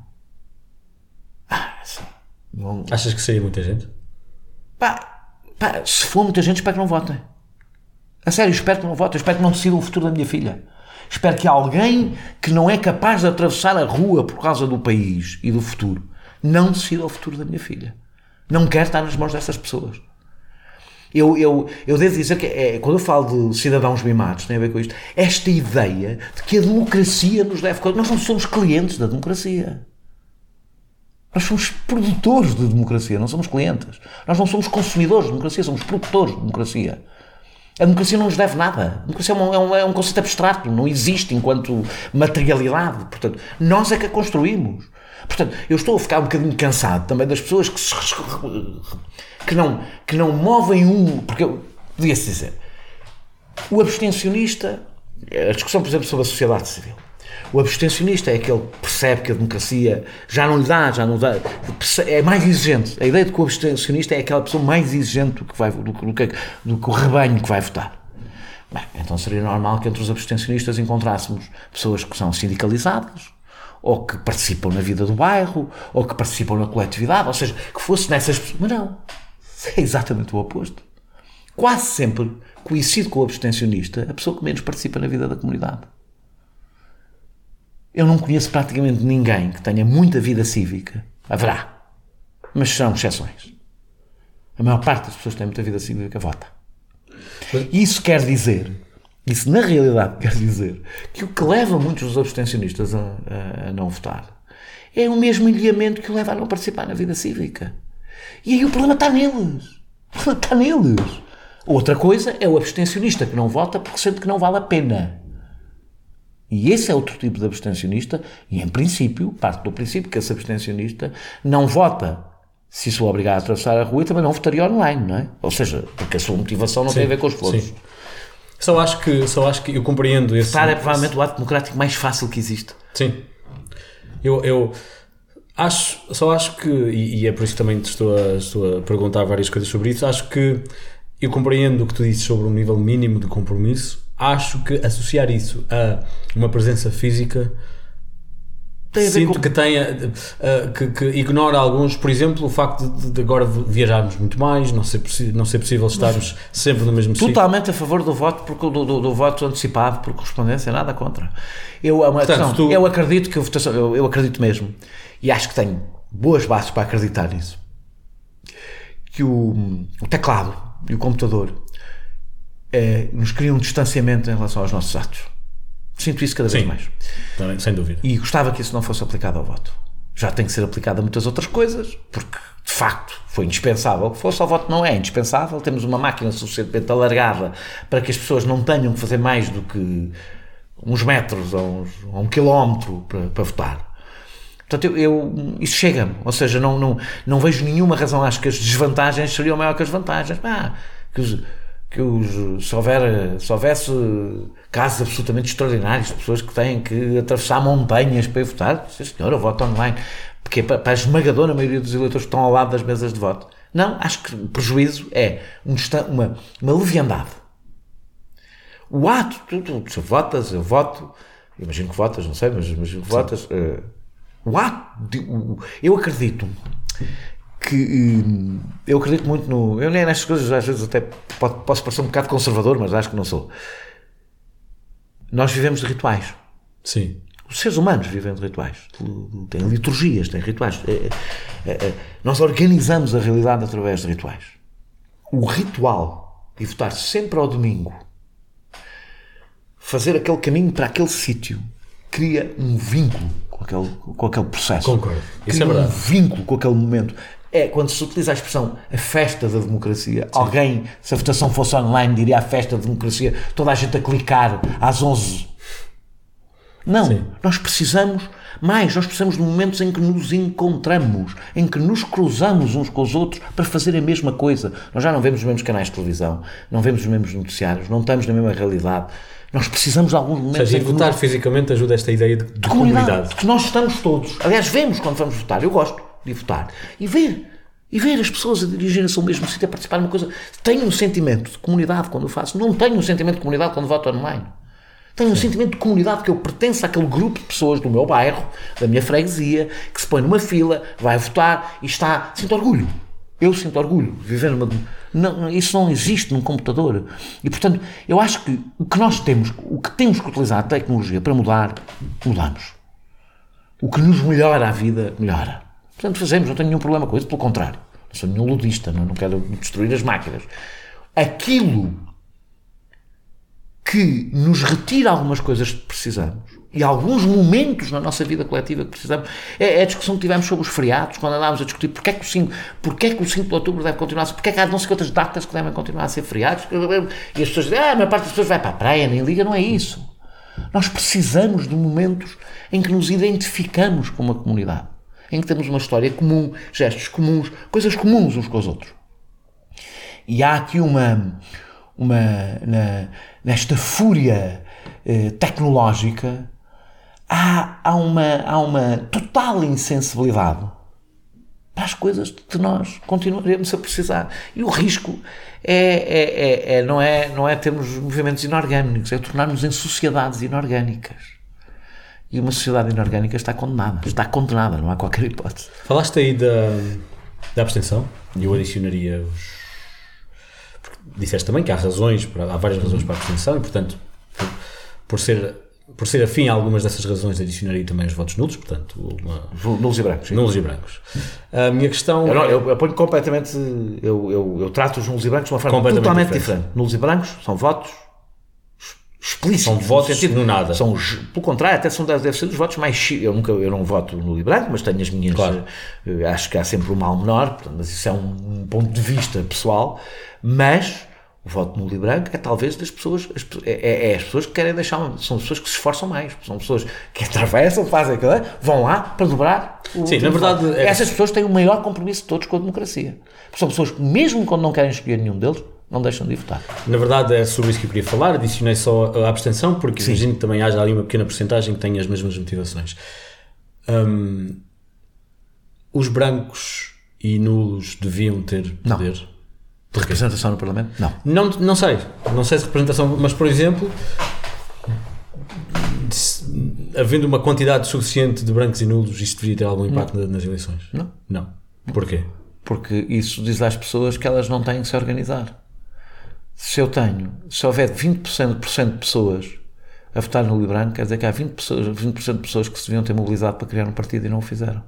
Ah, assim, não... Achas que seria muita gente? Pá, pá, se for muita gente, espero que não votem. A sério, espero que não votem. Espero que não decidam o futuro da minha filha. Espero que alguém que não é capaz de atravessar a rua por causa do país e do futuro não decida o futuro da minha filha. Não quero estar nas mãos dessas pessoas. Eu, eu, eu devo dizer que é, quando eu falo de cidadãos mimados, tem a ver com isto, esta ideia de que a democracia nos deve... Nós não somos clientes da democracia. Nós somos produtores de democracia, não somos clientes. Nós não somos consumidores de democracia, somos produtores de democracia. A democracia não nos deve nada. A democracia é um, é, um, é um conceito abstrato, não existe enquanto materialidade. Portanto, nós é que a construímos. Portanto, eu estou a ficar um bocadinho cansado também das pessoas que, se, que, não, que não movem um... Porque eu podia-se dizer, o abstencionista, a discussão, por exemplo, sobre a sociedade civil, o abstencionista é aquele que percebe que a democracia já não lhe dá, já não dá, é mais exigente. A ideia de que o abstencionista é aquela pessoa mais exigente do que, vai, do, do, do, do que o rebanho que vai votar. Bem, então seria normal que entre os abstencionistas encontrássemos pessoas que são sindicalizadas, ou que participam na vida do bairro, ou que participam na coletividade, ou seja, que fosse nessas pessoas. Mas não, é exatamente o oposto. Quase sempre coincide com o abstencionista a pessoa que menos participa na vida da comunidade. Eu não conheço praticamente ninguém que tenha muita vida cívica. Haverá, mas são exceções. A maior parte das pessoas que têm muita vida cívica vota. Isso quer dizer, isso na realidade quer dizer, que o que leva muitos dos abstencionistas a, a, a não votar é o mesmo ilhamento que o leva a não participar na vida cívica. E aí o problema está neles. O problema está neles. Outra coisa é o abstencionista que não vota porque sente que não vale a pena. E esse é outro tipo de abstencionista, e em princípio, parte do princípio que esse abstencionista não vota se isso o obrigar a atravessar a rua e também não votaria online, não é? Ou seja, porque a sua motivação não sim, tem a ver com os votos. Sim. Só acho que, só acho que eu compreendo esse... Votar é provavelmente o ato democrático mais fácil que existe. Sim. Eu, eu acho, só acho que, e, e é por isso que também te estou a, estou a perguntar várias coisas sobre isso, acho que eu compreendo o que tu dizes sobre um nível mínimo de compromisso. Acho que associar isso a uma presença física tem a ver Sinto com... que, tenha, uh, que, que ignora alguns, por exemplo, o facto de, de agora viajarmos muito mais, não ser, possi- não ser possível estarmos Mas, sempre no mesmo sítio. Totalmente a favor do voto, porque, do, do, do voto antecipado por correspondência, nada contra. Eu, uma Portanto, questão, tu... eu acredito que a votação, eu, eu acredito mesmo, e acho que tenho boas bases para acreditar nisso, que o, o teclado e o computador é, nos criam um distanciamento em relação aos nossos atos. Sinto isso cada vez Sim, mais. Também, sem dúvida. E gostava que isso não fosse aplicado ao voto. Já tem que ser aplicado a muitas outras coisas, porque de facto foi indispensável que fosse. Ao voto não é indispensável. Temos uma máquina suficientemente alargada para que as pessoas não tenham que fazer mais do que uns metros ou, uns, ou um quilómetro para, para votar. Portanto, eu, eu, isso chega-me. Ou seja, não, não, não vejo nenhuma razão. Acho que as desvantagens seriam maior que as vantagens. Ah, que os, que os, se, houver, se houvesse casos absolutamente extraordinários de pessoas que têm que atravessar montanhas para ir votar, sim senhor, eu voto online, porque é para, para a esmagadora maioria dos eleitores que estão ao lado das mesas de voto. Não, acho que o prejuízo é um, uma, uma leviandade. O ato, tu, tu, tu votas, eu voto, imagino que votas, não sei, mas imagino que votas, uh, o ato, de, o, eu acredito que eu acredito muito no... Eu nem nestas coisas às vezes até pode, posso parecer um bocado conservador, mas acho que não sou. Nós vivemos de rituais. Sim. Os seres humanos vivem de rituais. Têm liturgias, têm rituais. É, é, é, nós organizamos a realidade através de rituais. O ritual de votar sempre ao domingo, fazer aquele caminho para aquele sítio, cria um vínculo com aquele, com aquele processo. Concordo. Isso cria é verdade. um vínculo com aquele momento. É quando se utiliza a expressão a festa da democracia. Sim. Alguém, se a votação fosse online, diria a festa da democracia, toda a gente a clicar às onze. Não, Sim. Nós precisamos mais, nós precisamos de momentos em que nos encontramos, em que nos cruzamos uns com os outros para fazer a mesma coisa. Nós já não vemos os mesmos canais de televisão, não vemos os mesmos noticiários, não estamos na mesma realidade. Nós precisamos de alguns momentos... Ou seja, em que votar nos... fisicamente ajuda esta ideia de, de, de comunidade. comunidade. Que nós estamos todos. Aliás, vemos quando vamos votar. Eu gosto de votar. E ver. E ver as pessoas a dirigirem-se ao mesmo sítio, a participar numa coisa. Tenho um sentimento de comunidade quando eu faço. Não tenho um sentimento de comunidade quando voto online. Tenho um Sim. sentimento de comunidade, que eu pertenço àquele grupo de pessoas do meu bairro, da minha freguesia, que se põe numa fila, vai votar e está... Sinto orgulho. Eu sinto orgulho de viver numa... Não, isso não existe num computador. E, portanto, eu acho que o que nós temos, o que temos que utilizar a tecnologia para mudar, mudamos. O que nos melhora a vida, melhora. Portanto, fazemos, não tenho nenhum problema com isso, pelo contrário. Não sou nenhum ludista, não, não quero destruir as máquinas. Aquilo que nos retira algumas coisas que precisamos e alguns momentos na nossa vida coletiva que precisamos, é a discussão que tivemos sobre os feriados, quando andávamos a discutir porque é que o cinco, porque é que o cinco de outubro deve continuar a ser, porque é que há não sei quantas datas que devem continuar a ser feriados, e as pessoas dizem, ah, a maior parte das pessoas vai para a praia, nem liga, não é isso. Nós precisamos de momentos em que nos identificamos com uma comunidade, em que temos uma história comum, gestos comuns, coisas comuns uns com os outros. E há aqui uma, uma na, nesta fúria eh, tecnológica, há, há, uma, há uma total insensibilidade para as coisas que nós continuaremos a precisar. E o risco é, é, é, é, não, é, não é termos movimentos inorgânicos, é tornarmos em sociedades inorgânicas. E uma sociedade inorgânica está condenada, está condenada, não há qualquer hipótese. Falaste aí da, da abstenção, e eu adicionaria os... Porque disseste também que há razões, para, há várias razões para a abstenção, e portanto, por, por, ser, por ser afim a algumas dessas razões, adicionaria também os votos nulos, portanto... Uma... Nulos e brancos. Sim. Nulos e brancos. A minha questão... Eu, não, eu, eu ponho completamente... Eu, eu, eu trato os nulos e brancos de uma forma totalmente diferente. diferente. Nulos e brancos são votos... explícitos, são votos sentido, no nada. São, pelo contrário, até são, deve ser dos votos mais... Eu, nunca, eu não voto no branco, mas tenho as minhas... Claro. Acho que há sempre um mal menor, portanto, mas isso é um, um ponto de vista pessoal, mas o voto nulo e branco é talvez das pessoas... É, é as pessoas que querem deixar... São as pessoas que se esforçam mais, são pessoas que atravessam, fazem aquilo, vão lá para dobrar o... Sim, na verdade... É... Essas pessoas têm o maior compromisso de todos com a democracia. São pessoas que, mesmo quando não querem escolher nenhum deles, não deixam de votar. Na verdade é sobre isso que eu queria falar, adicionei só a abstenção porque Sim. imagino que também haja ali uma pequena porcentagem que tenha as mesmas motivações. Um, os brancos e nulos deviam ter poder? Não. De representação no Parlamento? Não. Não, não sei, não sei se representação, mas por exemplo havendo uma quantidade suficiente de brancos e nulos, isso deveria ter algum impacto não. nas eleições? Não. Não. Porquê? Porque isso diz às pessoas que elas não têm que se organizar. Se eu tenho, se houver vinte por cento de pessoas a votar no Livre Branco, quer dizer que há vinte por cento, vinte por cento de pessoas que se deviam ter mobilizado para criar um partido e não o fizeram.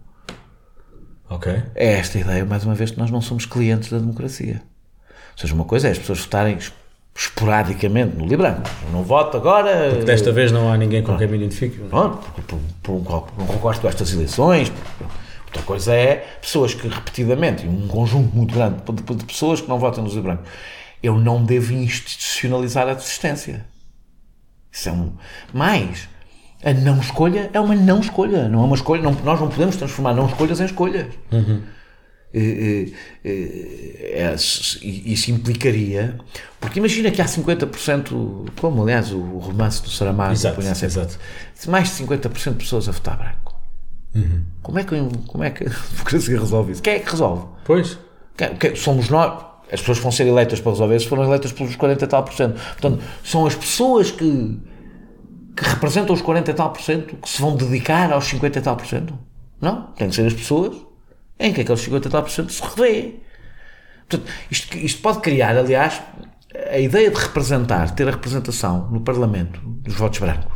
Ok. É esta ideia, mais uma vez, que nós não somos clientes da democracia. Ou seja, uma coisa é as pessoas votarem esporadicamente no Livre Branco. Eu não voto agora... Porque desta vez não há ninguém com quem me identifique. Pronto, por, por, por, por, não gosto destas eleições. Outra coisa é pessoas que repetidamente, um conjunto muito grande de, de pessoas que não votam no Livre Branco. Eu não devo institucionalizar a desistência. Isso é um... Mais, a não escolha é uma não escolha. Não é uma escolha. Não, nós não podemos transformar não escolhas em escolhas. Uhum. É, é, é, isso implicaria... Porque imagina que há cinquenta por cento, como aliás o romance do Saramago, exato, exato. mais de cinquenta por cento de pessoas a votar branco. Uhum. Como é que, como é que a democracia resolve isso? Quem é que resolve? Pois. Quem, quem, somos nós. As pessoas vão ser eleitas para resolver isso, foram eleitas pelos quarenta e tal por cento. Portanto, são as pessoas que, que representam os quarenta e tal por cento que se vão dedicar aos cinquenta e tal por cento. Não, tem que ser as pessoas em que aqueles cinquenta e tal por cento se revê. Portanto, isto, isto pode criar, aliás, a ideia de representar, ter a representação no Parlamento dos votos brancos,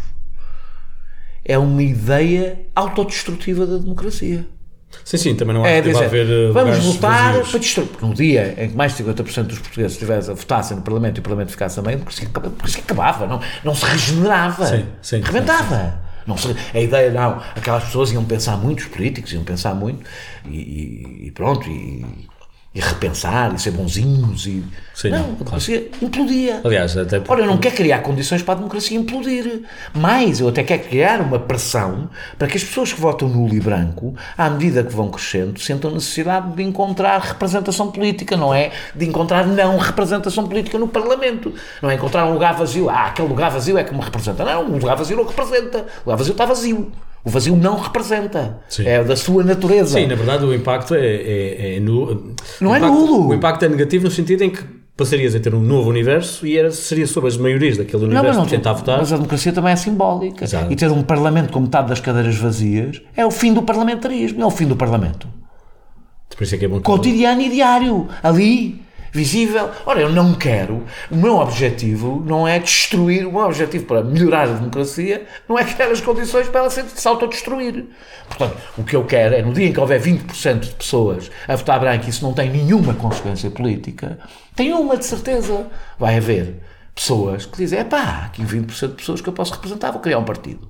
é uma ideia autodestrutiva da democracia. Sim, sim, também não há é que dizer, haver vamos votar vazios. Para destruir. Porque no dia em que mais de cinquenta por cento dos portugueses estivessem a votassem no Parlamento e o Parlamento ficasse a meio, porque isso acabava, não, não se regenerava, sim, sim, rebentava. Sim, sim. Não se, a ideia, não, aquelas pessoas iam pensar muito, os políticos iam pensar muito e, e, e pronto, e, e repensar, e ser bonzinhos, e sim, não, não, a democracia claro. Implodia. Aliás, até porque... Ora, eu não quero criar condições para a democracia implodir, mas eu até quero criar uma pressão para que as pessoas que votam nulo e branco, à medida que vão crescendo, sentam necessidade de encontrar representação política, não é de encontrar não representação política no Parlamento, não é encontrar um lugar vazio, ah, aquele lugar vazio é que me representa, não, o lugar vazio não representa, o lugar vazio está vazio. O vazio não representa. Sim. É da sua natureza. Sim, na verdade o impacto é, é, é nulo. Não o é impacto, nulo. O impacto é negativo no sentido em que passarias a ter um novo universo e era, seria sobre as maiorias daquele universo não, não, que tentar votar. Mas a democracia também é simbólica. Exato. E ter um Parlamento com metade das cadeiras vazias é o fim do parlamentarismo, é o fim do Parlamento. Por isso é que é bom que cotidiano e diário. Ali... visível. Ora, eu não quero, o meu objetivo não é destruir, o meu objetivo para melhorar a democracia não é criar as condições para ela se autodestruir. Portanto, o que eu quero é, no dia em que houver vinte por cento de pessoas a votar branco e isso não tem nenhuma consequência política, tem uma de certeza, vai haver pessoas que dizem, epá, há aqui vinte por cento de pessoas que eu posso representar, vou criar um partido.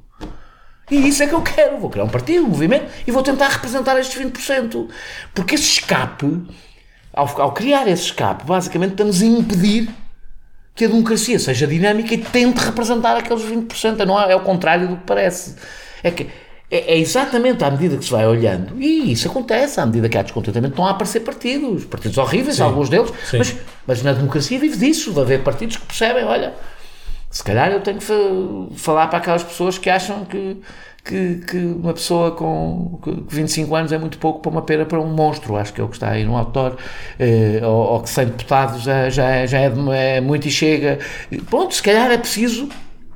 E isso é que eu quero, vou criar um partido, um movimento, e vou tentar representar estes vinte por cento. Porque esse escape... Ao, ao criar esse escape, basicamente estamos a impedir que a democracia seja dinâmica e tente representar aqueles vinte por cento. Não é, é o contrário do que parece. É, que, é, é exatamente à medida que se vai olhando, e isso acontece, à medida que há descontentamento, estão a aparecer partidos, partidos horríveis, sim, alguns deles, mas, mas na democracia vive disso, de haver partidos que percebem, olha, se calhar eu tenho que falar para aquelas pessoas que acham que Que, que uma pessoa com vinte e cinco anos é muito pouco para uma pera para um monstro, acho que é o que está aí no autor, eh, ou, ou que cem deputados já, já, é, já é, é muito e chega. Pronto, se calhar é preciso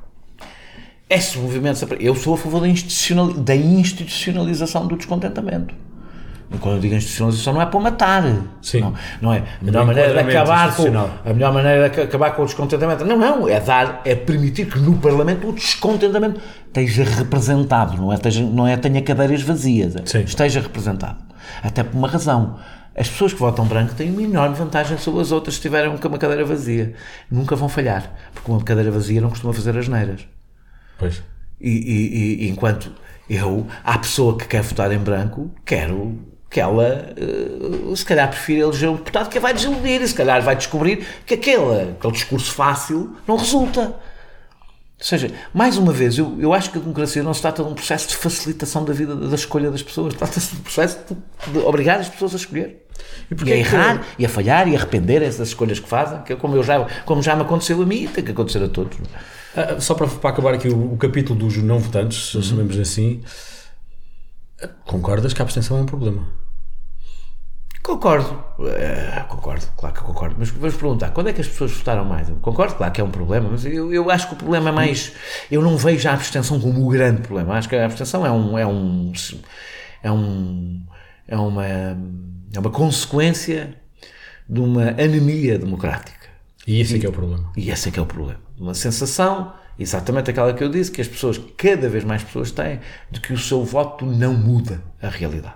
esses movimentos. Eu sou a favor da, institucional, da institucionalização do descontentamento. E quando eu digo institucionalização não é para matar. Sim. Não, não é a melhor maneira de acabar com a melhor maneira de acabar com o descontentamento. Não, não, é dar, é permitir que no Parlamento o descontentamento esteja representado, não é, esteja, não é tenha cadeiras vazias, é, esteja representado. Até por uma razão. As pessoas que votam branco têm uma enorme vantagem sobre as outras se tiverem uma cadeira vazia. Nunca vão falhar, porque uma cadeira vazia não costuma fazer asneiras. Pois. E, e, e enquanto eu, há pessoa que quer votar em branco, quero que ela, uh, se calhar, prefira eleger um deputado que vai desiludir e se calhar vai descobrir que aquele, aquele discurso fácil não resulta. Ou seja, mais uma vez, eu, eu acho que a democracia não se trata de um processo de facilitação da vida, da escolha das pessoas, trata-se de um processo de, de obrigar as pessoas a escolher. E, e a errar, que... e a falhar, e a arrependerem-se das escolhas que fazem, que é como, eu já, como já me aconteceu a mim, tem que acontecer a todos. Ah, só para, para acabar aqui o, o capítulo dos não votantes, uhum. chamemos assim, concordas que a abstenção é um problema? Concordo, uh, concordo, claro que concordo, mas vamos perguntar, quando é que as pessoas votaram mais? Eu concordo, claro que é um problema, mas eu, eu acho que o problema é mais, eu não vejo a abstenção como o grande problema, acho que a abstenção é um, é um, é um, é uma, é uma consequência de uma anemia democrática. E esse é que é o problema. E esse é que é o problema, uma sensação, exatamente aquela que eu disse, que as pessoas, cada vez mais pessoas têm, de que o seu voto não muda a realidade.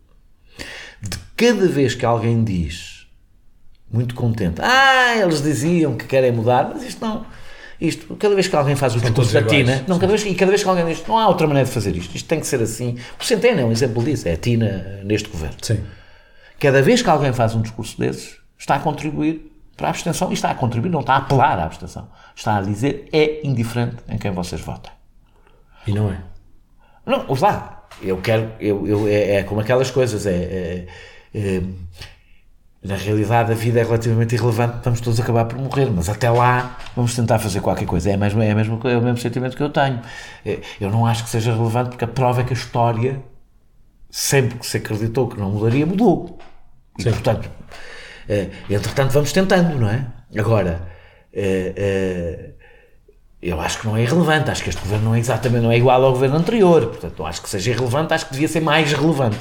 De cada vez que alguém diz, muito contente, ah, eles diziam que querem mudar, mas isto não, isto, cada vez que alguém faz o discurso da Tina, não, cada vez, e cada vez que alguém diz, não há outra maneira de fazer isto, isto tem que ser assim, o Centeno é um exemplo disso, é a Tina neste governo. Sim. Cada vez que alguém faz um discurso desses, está a contribuir para a abstenção, e está a contribuir, não está a apelar à abstenção, está a dizer, é indiferente em quem vocês votem. E não é? Não, ouve lá. Eu quero, eu, eu, é, é como aquelas coisas, é, é, é, na realidade a vida é relativamente irrelevante, vamos todos acabar por morrer, mas até lá vamos tentar fazer qualquer coisa, é, a mesma, é, a mesma, é o mesmo sentimento que eu tenho. É, eu não acho que seja relevante, porque a prova é que a história, sempre que se acreditou que não mudaria, mudou. E, sim, portanto, é, entretanto vamos tentando, não é? Agora, é, é, eu acho que não é irrelevante, acho que este governo não é exatamente, não é igual ao governo anterior, portanto, acho que seja irrelevante, acho que devia ser mais relevante.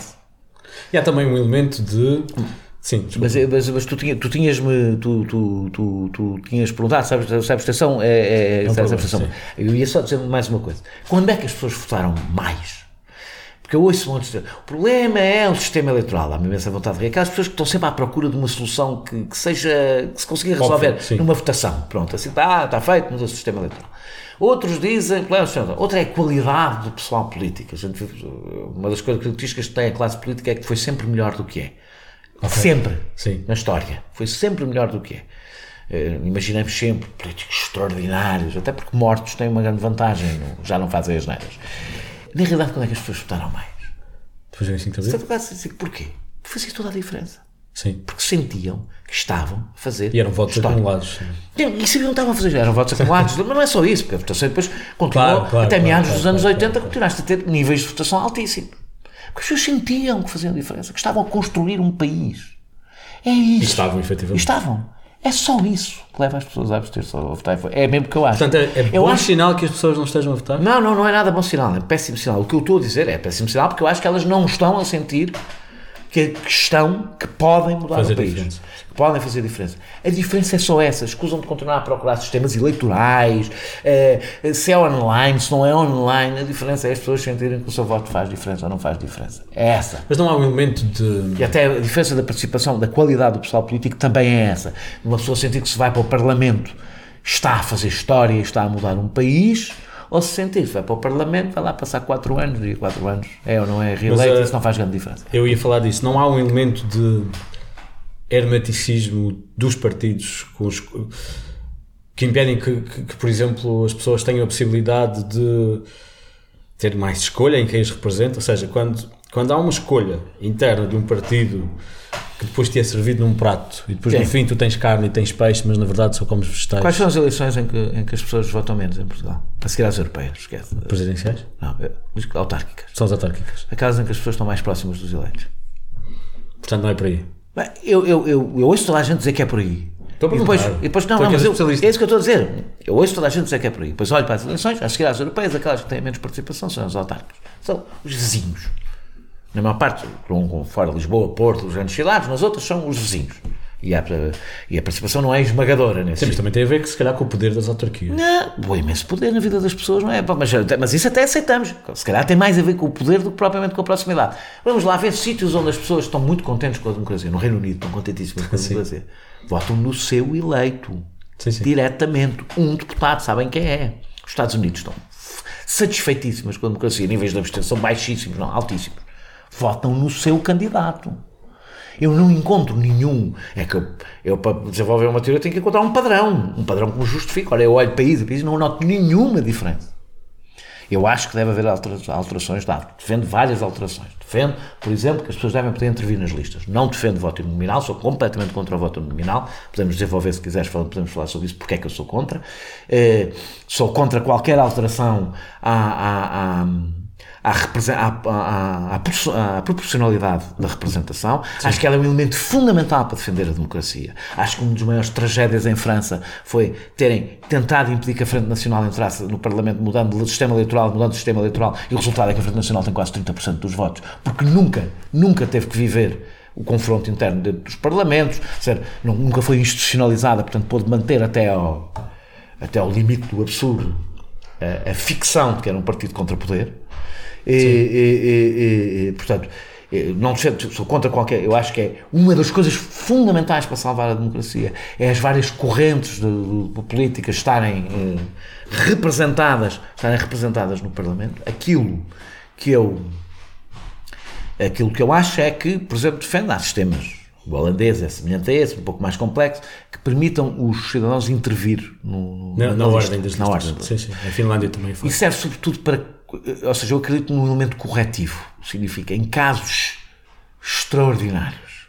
E há também um elemento de... Sim, mas, mas, mas tu, tinha, tu tinhas-me, tu, tu, tu, tu tinhas perguntado, sabes, a abstenção é, é, é um problema, abstenção. Eu ia só dizer mais uma coisa, quando é que as pessoas votaram mais? Porque eu ouço um dizer, o problema é o sistema eleitoral, há-me imensa vontade de rir, aquelas pessoas que estão sempre à procura de uma solução que, que seja, que se consiga resolver óbvio, numa votação, pronto, assim está, está feito, muda o sistema eleitoral. Outros dizem, outra é a qualidade do pessoal político, a gente, uma das características que tem a classe política é que foi sempre melhor do que é, okay. Sempre, sim. Na história, foi sempre melhor do que é. Uh, imaginamos sempre políticos extraordinários, até porque mortos têm uma grande vantagem, já não fazem as neiras. Na realidade, quando é que as pessoas votaram mais? Depois assim também? Porquê? Fazia toda a diferença. Sim. Porque sentiam que estavam a fazer. E eram votos história. acumulados. E sabiam que estavam a fazer. Eram votos acumulados. Mas não é só isso, porque a votação depois continuou. Claro, claro, até claro, meados claro, dos anos claro, oitenta, claro, continuaste a ter níveis de votação altíssimos. Porque as pessoas sentiam que faziam diferença, que estavam a construir um país. É isso. E estavam, efetivamente. E estavam. É só isso que leva as pessoas a abster-se a votar. É mesmo que eu acho. Portanto, é, é eu bom acho... sinal que as pessoas não estejam a votar? Não, não, não é nada bom sinal. É péssimo sinal. O que eu estou a dizer é péssimo sinal porque eu acho que elas não estão a sentir que, que estão, que podem mudar fazer o país. Diferença. Que podem fazer diferença. A diferença é só essa. Escusam de continuar a procurar sistemas eleitorais, é, se é online, se não é online. A diferença é as pessoas sentirem que o seu voto faz diferença ou não faz diferença. É essa. Mas não há um elemento de... E até a diferença da participação, da qualidade do pessoal político também é essa. Uma pessoa sentir que se vai para o Parlamento está a fazer história e está a mudar um país, ou se sentir que vai para o Parlamento, vai lá passar quatro anos, e quatro anos é ou não é reeleito, isso não faz grande diferença. Eu ia falar disso. Não há um elemento de hermeticismo dos partidos com os, que impedem que, que, que, por exemplo, as pessoas tenham a possibilidade de ter mais escolha em quem os representa, ou seja, quando, quando há uma escolha interna de um partido que depois te é servido num prato e depois Sim. no fim tu tens carne e tens peixe, mas na verdade só comes vegetais. Quais são as eleições em que, em que as pessoas votam menos em Portugal? A seguir às europeias, esquece. Presidenciais? Não, autárquicas. São as autárquicas. Aquelas em que as pessoas estão mais próximas dos eleitos. Portanto não é por aí. Bem, eu, eu, eu, eu ouço toda a gente dizer que é por aí. Estou a e depois, e depois não, não mas eu, é isso que eu estou a dizer. Eu ouço toda a gente dizer que é por aí. Depois olho para as eleições, a seguir às europeias, aquelas que têm menos participação são as autárquicas. São os vizinhos. Na maior parte, com fora Lisboa, Porto, os grandes cidades, nas outras são os vizinhos. E a, e a participação não é esmagadora nesse. Sim, mas também tem a ver que se calhar com o poder das autarquias. Não, o imenso poder na vida das pessoas, não é? Mas, mas isso até aceitamos. Se calhar tem mais a ver com o poder do que propriamente com a proximidade. Vamos lá ver sítios onde as pessoas estão muito contentes com a democracia. No Reino Unido estão contentíssimas com a democracia. Votam no seu eleito. Sim, sim. Diretamente. Um deputado, sabem quem é. Os Estados Unidos estão satisfeitíssimas com a democracia. Níveis de abstenção baixíssimos, não, altíssimos. Votam no seu candidato. Eu não encontro nenhum. É que eu, eu, para desenvolver uma teoria, tenho que encontrar um padrão. Um padrão que me justifique. Olha, eu olho país a país e não noto nenhuma diferença. Eu acho que deve haver alterações. Defendo várias alterações. Defendo, por exemplo, que as pessoas devem poder intervir nas listas. Não defendo voto nominal, sou completamente contra o voto nominal. Podemos desenvolver, se quiseres, podemos falar sobre isso, porque é que eu sou contra. Eh, sou contra qualquer alteração à. à, à à, à, à, à, à proporcionalidade da representação. Sim. Acho que ela é um elemento fundamental para defender a democracia. Acho que uma das maiores tragédias em França foi terem tentado impedir que a Frente Nacional entrasse no Parlamento, mudando o sistema eleitoral, mudando o sistema eleitoral, e o resultado é que a Frente Nacional tem quase trinta por cento dos votos, porque nunca, nunca teve que viver o confronto interno dentro dos parlamentos, seja, nunca foi institucionalizada, portanto pôde manter até ao, até ao limite do absurdo a, a ficção de que era um partido contra poder. E, e, e, e, portanto, não sou contra qualquer. Eu acho que é uma das coisas fundamentais para salvar a democracia é as várias correntes de, de, de políticas estarem eh, representadas, estarem representadas no Parlamento. Aquilo que eu aquilo que eu acho é que, por exemplo, defende há sistemas. O holandês é semelhante a esse, um pouco mais complexo, que permitam os cidadãos intervir no, na, na, na ordem das listas. Ordem. Sim, sim. A Finlândia também foi. E serve sobretudo para, ou seja, eu acredito num elemento corretivo. Significa, em casos extraordinários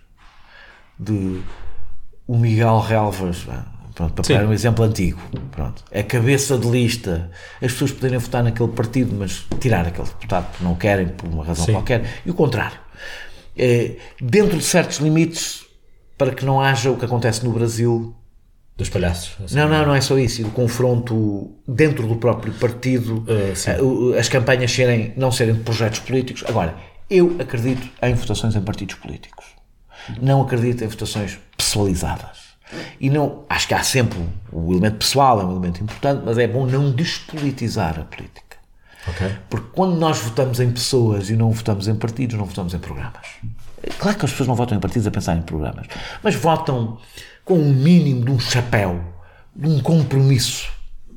de o Miguel Relvas, pronto, para pegar um exemplo antigo, pronto, é cabeça de lista, as pessoas poderem votar naquele partido, mas tirar aquele deputado porque não querem, por uma razão sim. qualquer, e o contrário. É, dentro de certos limites, para que não haja o que acontece no Brasil dos palhaços. Assim. Não, não, não é só isso, e do confronto dentro do próprio partido, uh, as campanhas serem, não serem de projetos políticos. Agora, eu acredito em votações em partidos políticos, não acredito em votações pessoalizadas, e não, acho que há sempre o elemento pessoal, é um elemento importante, mas é bom não despolitizar a política. Okay. Porque quando nós votamos em pessoas e não votamos em partidos, não votamos em programas. Claro que as pessoas não votam em partidos a pensar em programas, mas votam com um mínimo de um chapéu, de um compromisso.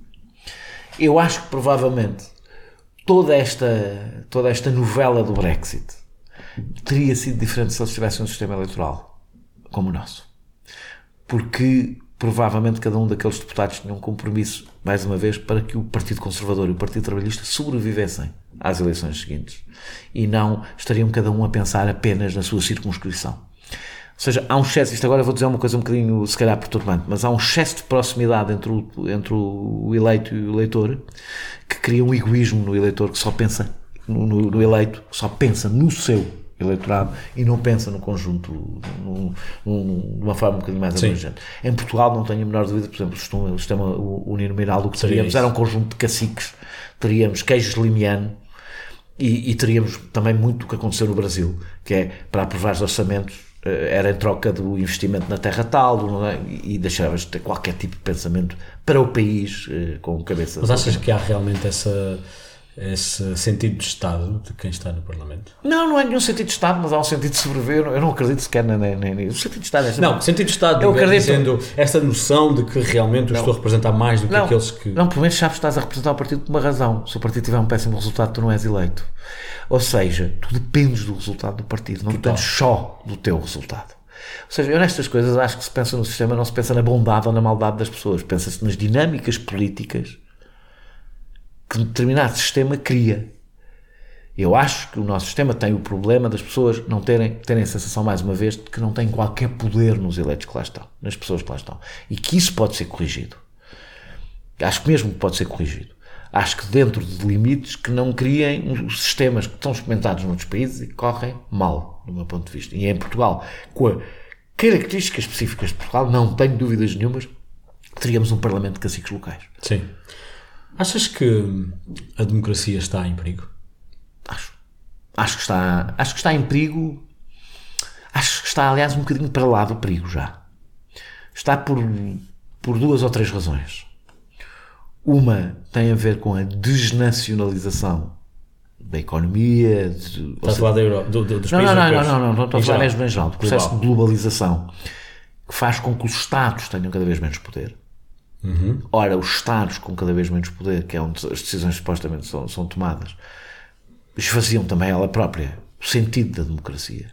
Eu acho que provavelmente toda esta, toda esta novela do Brexit teria sido diferente se eles tivessem um sistema eleitoral como o nosso. Porque provavelmente cada um daqueles deputados tinha um compromisso, mais uma vez, para que o Partido Conservador e o Partido Trabalhista sobrevivessem às eleições seguintes. E não estariam cada um a pensar apenas na sua circunscrição. Ou seja, há um excesso, isto agora vou dizer uma coisa um bocadinho, se calhar, perturbante, mas há um excesso de proximidade entre o, entre o eleito e o eleitor, que cria um egoísmo no eleitor que só pensa, no, no, no eleito, que só pensa no seu eleitorado e não pensa no conjunto num, num, de uma forma um bocadinho mais abrangente. Em Portugal, não tenho a menor dúvida, por exemplo, o sistema uninominal, o que teríamos era um conjunto de caciques, teríamos queijos de limiano e, e teríamos também muito o que aconteceu no Brasil, que é, para aprovar os orçamentos, era em troca do investimento na terra tal, do, é? e deixavas de ter qualquer tipo de pensamento para o país com cabeça. Mas achas que há realmente essa... esse sentido de Estado de quem está no Parlamento? Não, não é nenhum sentido de Estado, mas há um sentido de sobreviver. Eu não acredito sequer nem nisso. O sentido de Estado é não, sentido de Estado, eu acredito, dizendo esta noção de que realmente eu estou a representar mais do que não, aqueles que... Não, pelo menos sabes que estás a representar o partido por uma razão. Se o partido tiver um péssimo resultado, tu não és eleito. Ou seja, tu dependes do resultado do partido, não dependes só do teu resultado. Ou seja, eu nestas coisas acho que se pensa no sistema, não se pensa na bondade ou na maldade das pessoas. Pensa-se nas dinâmicas políticas que um determinado sistema cria. Eu acho que o nosso sistema tem o problema das pessoas não terem, terem a sensação, mais uma vez, de que não têm qualquer poder nos eleitos que lá estão, nas pessoas que lá estão. E que isso pode ser corrigido. Acho que mesmo pode ser corrigido. Acho que dentro de limites que não criem os sistemas que estão experimentados noutros países e que correm mal, do meu ponto de vista. E em Portugal, com a características específicas de Portugal, não tenho dúvidas nenhumas, teríamos um parlamento de caciques locais. Sim. Achas que a democracia está em perigo? Acho. Acho que está, acho que está em perigo. Acho que está, aliás, um bocadinho para lá do perigo já. Está por, por duas ou três razões. Uma tem a ver com a desnacionalização da economia. De, Estás a falar da Europa, do, do, dos não, países não, europeus? Não, não, não, não, estou a falar mesmo em geral. Do processo global de globalização que faz com que os Estados tenham cada vez menos poder. Uhum. Ora, os Estados com cada vez menos poder, que é onde as decisões supostamente são, são tomadas, esvaziam também ela própria o sentido da democracia.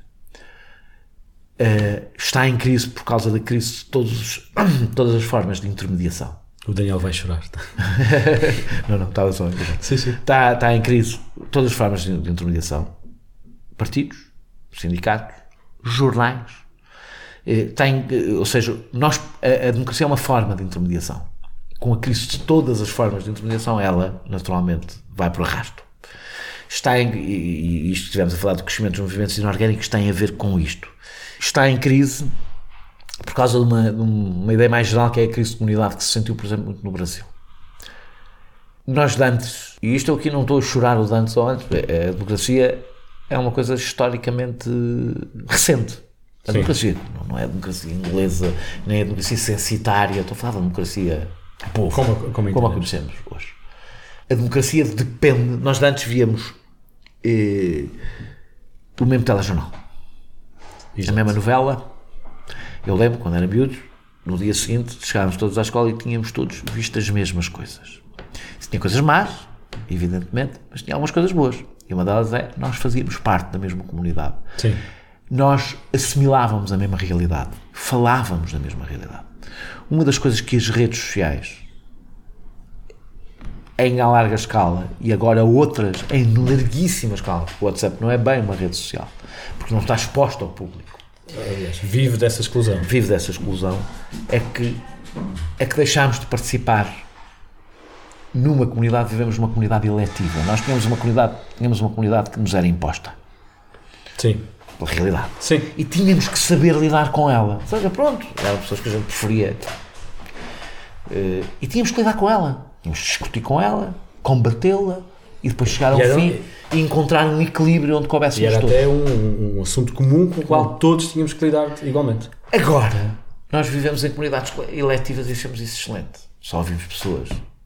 Uh, está em crise por causa da crise de todos, todas as formas de intermediação. O Daniel vai chorar. não, não, estava só a sim, sim. Está, está em crise todas as formas de, de intermediação. Partidos, sindicatos, jornais. Tem, ou seja, nós, a, a democracia é uma forma de intermediação. Com a crise de todas as formas de intermediação, ela naturalmente vai para o arrasto. está em, e, e isto estivemos a falar do crescimento dos movimentos inorgânicos, tem a ver com isto. Está em crise por causa de uma, de uma ideia mais geral, que é a crise de comunidade, que se sentiu, por exemplo, muito no Brasil. Nós de antes, e isto eu aqui não estou a chorar o de antes ou antes, a democracia é uma coisa historicamente recente. A democracia não é a democracia inglesa, nem a democracia censitária, estou a falar da democracia povo, como, como, como a conhecemos hoje. A democracia depende, nós de antes víamos eh, o mesmo telejornal, Exato. A mesma novela. Eu lembro, quando era miúdo, no dia seguinte chegávamos todos à escola e tínhamos todos visto as mesmas coisas. Tinha coisas más, evidentemente, mas tinha algumas coisas boas. E uma delas é, nós fazíamos parte da mesma comunidade. Sim. Nós assimilávamos a mesma realidade. Falávamos da mesma realidade. Uma das coisas que as redes sociais, em larga escala, e agora outras em larguíssima escala, o WhatsApp não é bem uma rede social, porque não está exposto ao público. Aliás, vive dessa exclusão. Vive dessa exclusão. É que, é que deixámos de participar. Numa comunidade, vivemos numa comunidade eletiva. Nós tínhamos uma comunidade, tínhamos uma comunidade que nos era imposta. Sim. Pela realidade. Sim. E tínhamos que saber lidar com ela. Ou seja, pronto, eram pessoas que a gente preferia. Uh, e tínhamos que lidar com ela. Tínhamos que discutir com ela, combatê-la e depois chegar ao e era, fim e encontrar um equilíbrio onde coubesse E era todos. até um, um assunto comum com o qual todos tínhamos que lidar igualmente. Agora, nós vivemos em comunidades eletivas e achamos isso excelente. Só ouvimos pessoas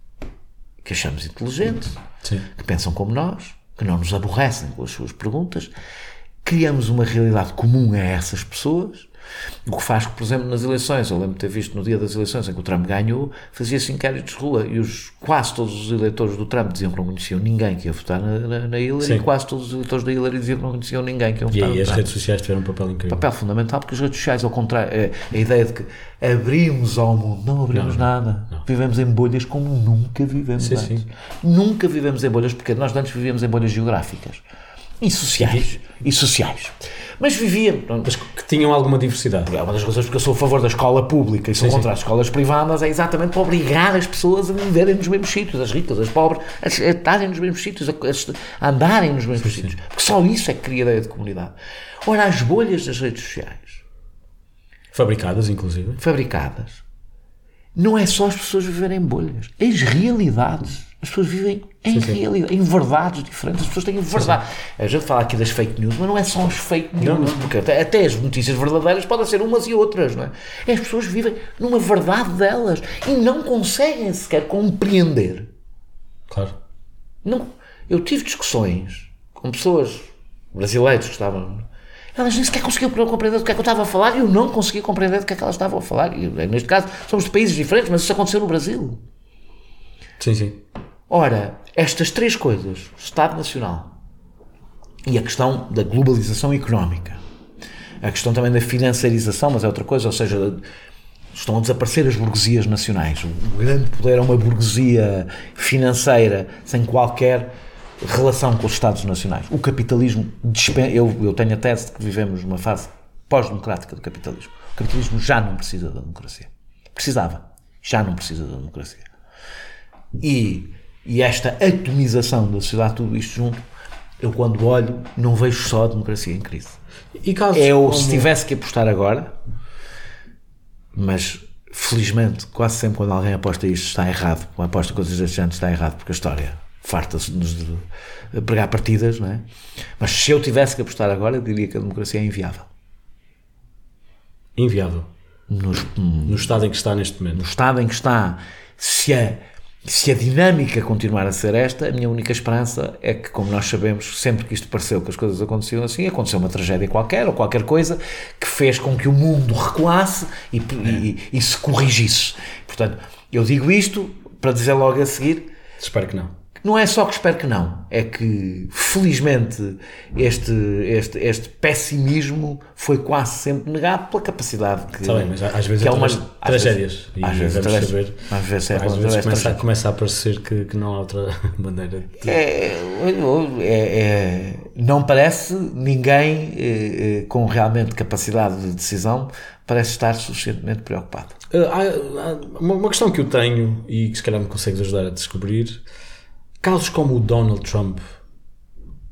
que achamos inteligentes, Sim. que pensam como nós, que não nos aborrecem com as suas perguntas. Criamos uma realidade comum a essas pessoas, o que faz que, por exemplo, nas eleições, eu lembro de ter visto no dia das eleições em que o Trump ganhou, fazia-se inquéritos de rua e os, quase todos os eleitores do Trump diziam que não conheciam ninguém que ia votar na, na, na Hillary. Sim. E quase todos os eleitores da Hillary diziam que não conheciam ninguém que ia votar e no Trump. E as redes sociais tiveram um papel incrível. Papel fundamental, porque as redes sociais, ao contrário, é a ideia de que abrimos ao mundo, não abrimos não, nada. Não. Vivemos em bolhas como nunca vivemos sim, antes. Sim. Nunca vivemos em bolhas, porque nós antes vivíamos em bolhas geográficas. E sociais. E sociais. Mas vivíamos. Mas que tinham alguma diversidade. É uma das razões porque eu sou a favor da escola pública e sou sim, contra sim. as escolas privadas, é exatamente para obrigar as pessoas a viverem nos mesmos sítios, as ricas, as pobres, a estarem nos mesmos sítios, a, a andarem nos mesmos sim, sítios. Sim. Porque só isso é que cria a ideia de comunidade. Ora, as bolhas das redes sociais. Fabricadas, inclusive. Fabricadas. Não é só as pessoas viverem em bolhas. As realidades. As pessoas vivem em sim, realidade, sim. em verdades diferentes. As pessoas têm verdade. Sim, sim. A gente fala aqui das fake news, mas não é só as fake news, não, não. Porque até, até as notícias verdadeiras podem ser umas e outras, não é? As pessoas vivem numa verdade delas e não conseguem sequer compreender. Claro. Não, eu tive discussões com pessoas brasileiras que estavam... Elas nem sequer conseguiam compreender do que é que eu estava a falar e eu não conseguia compreender do que é que elas estavam a falar. E, neste caso, somos de países diferentes, mas isso aconteceu no Brasil. Sim, sim. Ora, estas três coisas, Estado Nacional e a questão da globalização económica, a questão também da financiarização, mas é outra coisa, ou seja, estão a desaparecer as burguesias nacionais. O grande poder é uma burguesia financeira sem qualquer relação com os Estados nacionais. O capitalismo, eu, eu tenho a tese de que vivemos numa fase pós-democrática do capitalismo. O capitalismo já não precisa da democracia. Precisava, já não precisa da democracia. E, e esta atomização da sociedade, tudo isto junto, eu quando olho não vejo só a democracia em crise. E caso eu, como... se tivesse que apostar agora, mas felizmente quase sempre quando alguém aposta isto está errado, quando aposta coisas deste género está errado, porque a história farta-se-nos de pregar partidas, não é? Mas se eu tivesse que apostar agora, eu diria que a democracia é inviável. Inviável? Nos, no estado em que está neste momento. No estado em que está, se a Se a dinâmica continuar a ser esta, a minha única esperança é que, como nós sabemos, sempre que isto pareceu que as coisas aconteciam assim, aconteceu uma tragédia qualquer ou qualquer coisa que fez com que o mundo recuasse e, e, e se corrigisse. Portanto, eu digo isto para dizer logo a seguir... Espero que não. Não é só que espero que não, é que felizmente este, este, este pessimismo foi quase sempre negado pela capacidade que... Está bem, mas às vezes é uma às tragédias. Vezes, às vezes, vamos saber, às vezes, é, às vezes começa, a, começa a parecer que, que não há outra maneira de... É, é, é, não parece ninguém é, com realmente capacidade de decisão parece estar suficientemente preocupado. Há, há uma questão que eu tenho e que se calhar me consegues ajudar a descobrir... Casos como o Donald Trump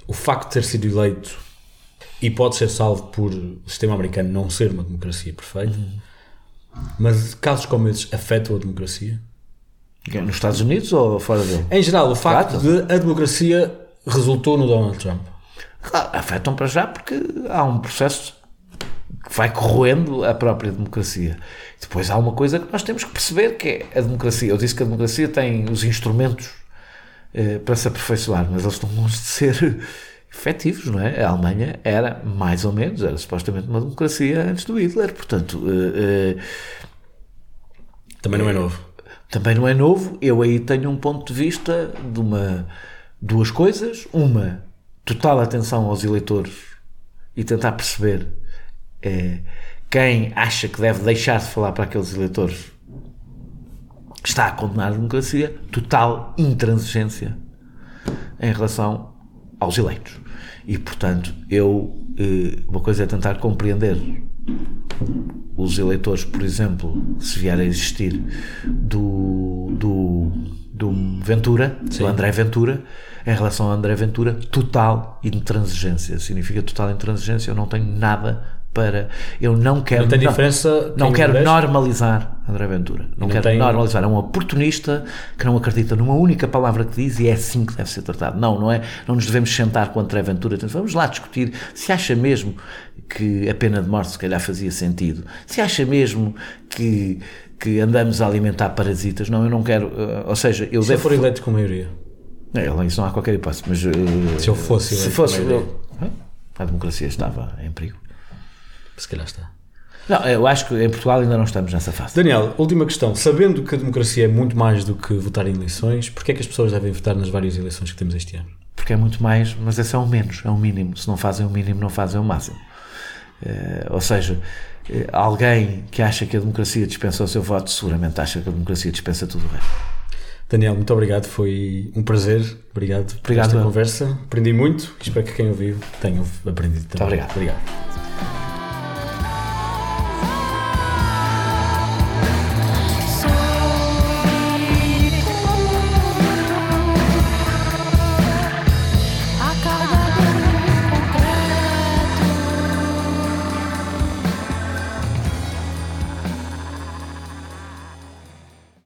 o facto de ter sido eleito e pode ser salvo por o sistema americano não ser uma democracia perfeita, uhum. mas casos como esses afetam a democracia? Nos Estados Unidos ou fora dele? Em geral, o facto claro. de a democracia resultou no Donald Trump. Claro, afetam para já porque há um processo que vai corroendo a própria democracia. Depois há uma coisa que nós temos que perceber, que é a democracia. Eu disse que a democracia tem os instrumentos eh, para se aperfeiçoar, mas eles estão longe de ser efetivos, não é? A Alemanha era, mais ou menos, era supostamente uma democracia antes do Hitler, portanto... Eh, eh, também não é novo. Também não é novo. Eu aí tenho um ponto de vista de uma... duas coisas. Uma, total atenção aos eleitores e tentar perceber é, quem acha que deve deixar de falar para aqueles eleitores está a condenar a democracia. Total intransigência em relação aos eleitos. E, portanto, eu uma coisa é tentar compreender os eleitores, por exemplo, se vier a existir do, do, do Ventura, Sim. do André Ventura, em relação ao André Ventura, total intransigência. Significa total intransigência. Eu não tenho nada para... Eu não quero... Não tem diferença... Não, não quero normalizar André Ventura. Não, não quero tem... normalizar. É um oportunista que não acredita numa única palavra que diz e é assim que deve ser tratado. Não, não é... Não nos devemos sentar com o André Ventura. Vamos lá discutir se acha mesmo que a pena de morte se calhar fazia sentido. Se acha mesmo que, que andamos a alimentar parasitas. Não, eu não quero... Uh, ou seja, eu se devo... for eleito com maioria? Não, isso não há qualquer hipótese. Mas, uh, se eu fosse eleito se fosse, com maioria? Eu, a democracia estava em perigo. Se calhar está. Não, eu acho que em Portugal ainda não estamos nessa fase. Daniel, última questão. Sabendo que a democracia é muito mais do que votar em eleições, porquê é que as pessoas devem votar nas várias eleições que temos este ano? Porque é muito mais, mas esse é o menos, é o mínimo. Se não fazem o mínimo, não fazem o máximo. Uh, ou seja, uh, alguém que acha que a democracia dispensa o seu voto, seguramente acha que a democracia dispensa tudo o resto. Daniel, muito obrigado, foi um prazer. Obrigado, obrigado por esta conversa. Aprendi muito, espero que quem ouviu tenha aprendido também. Muito obrigado. Obrigado.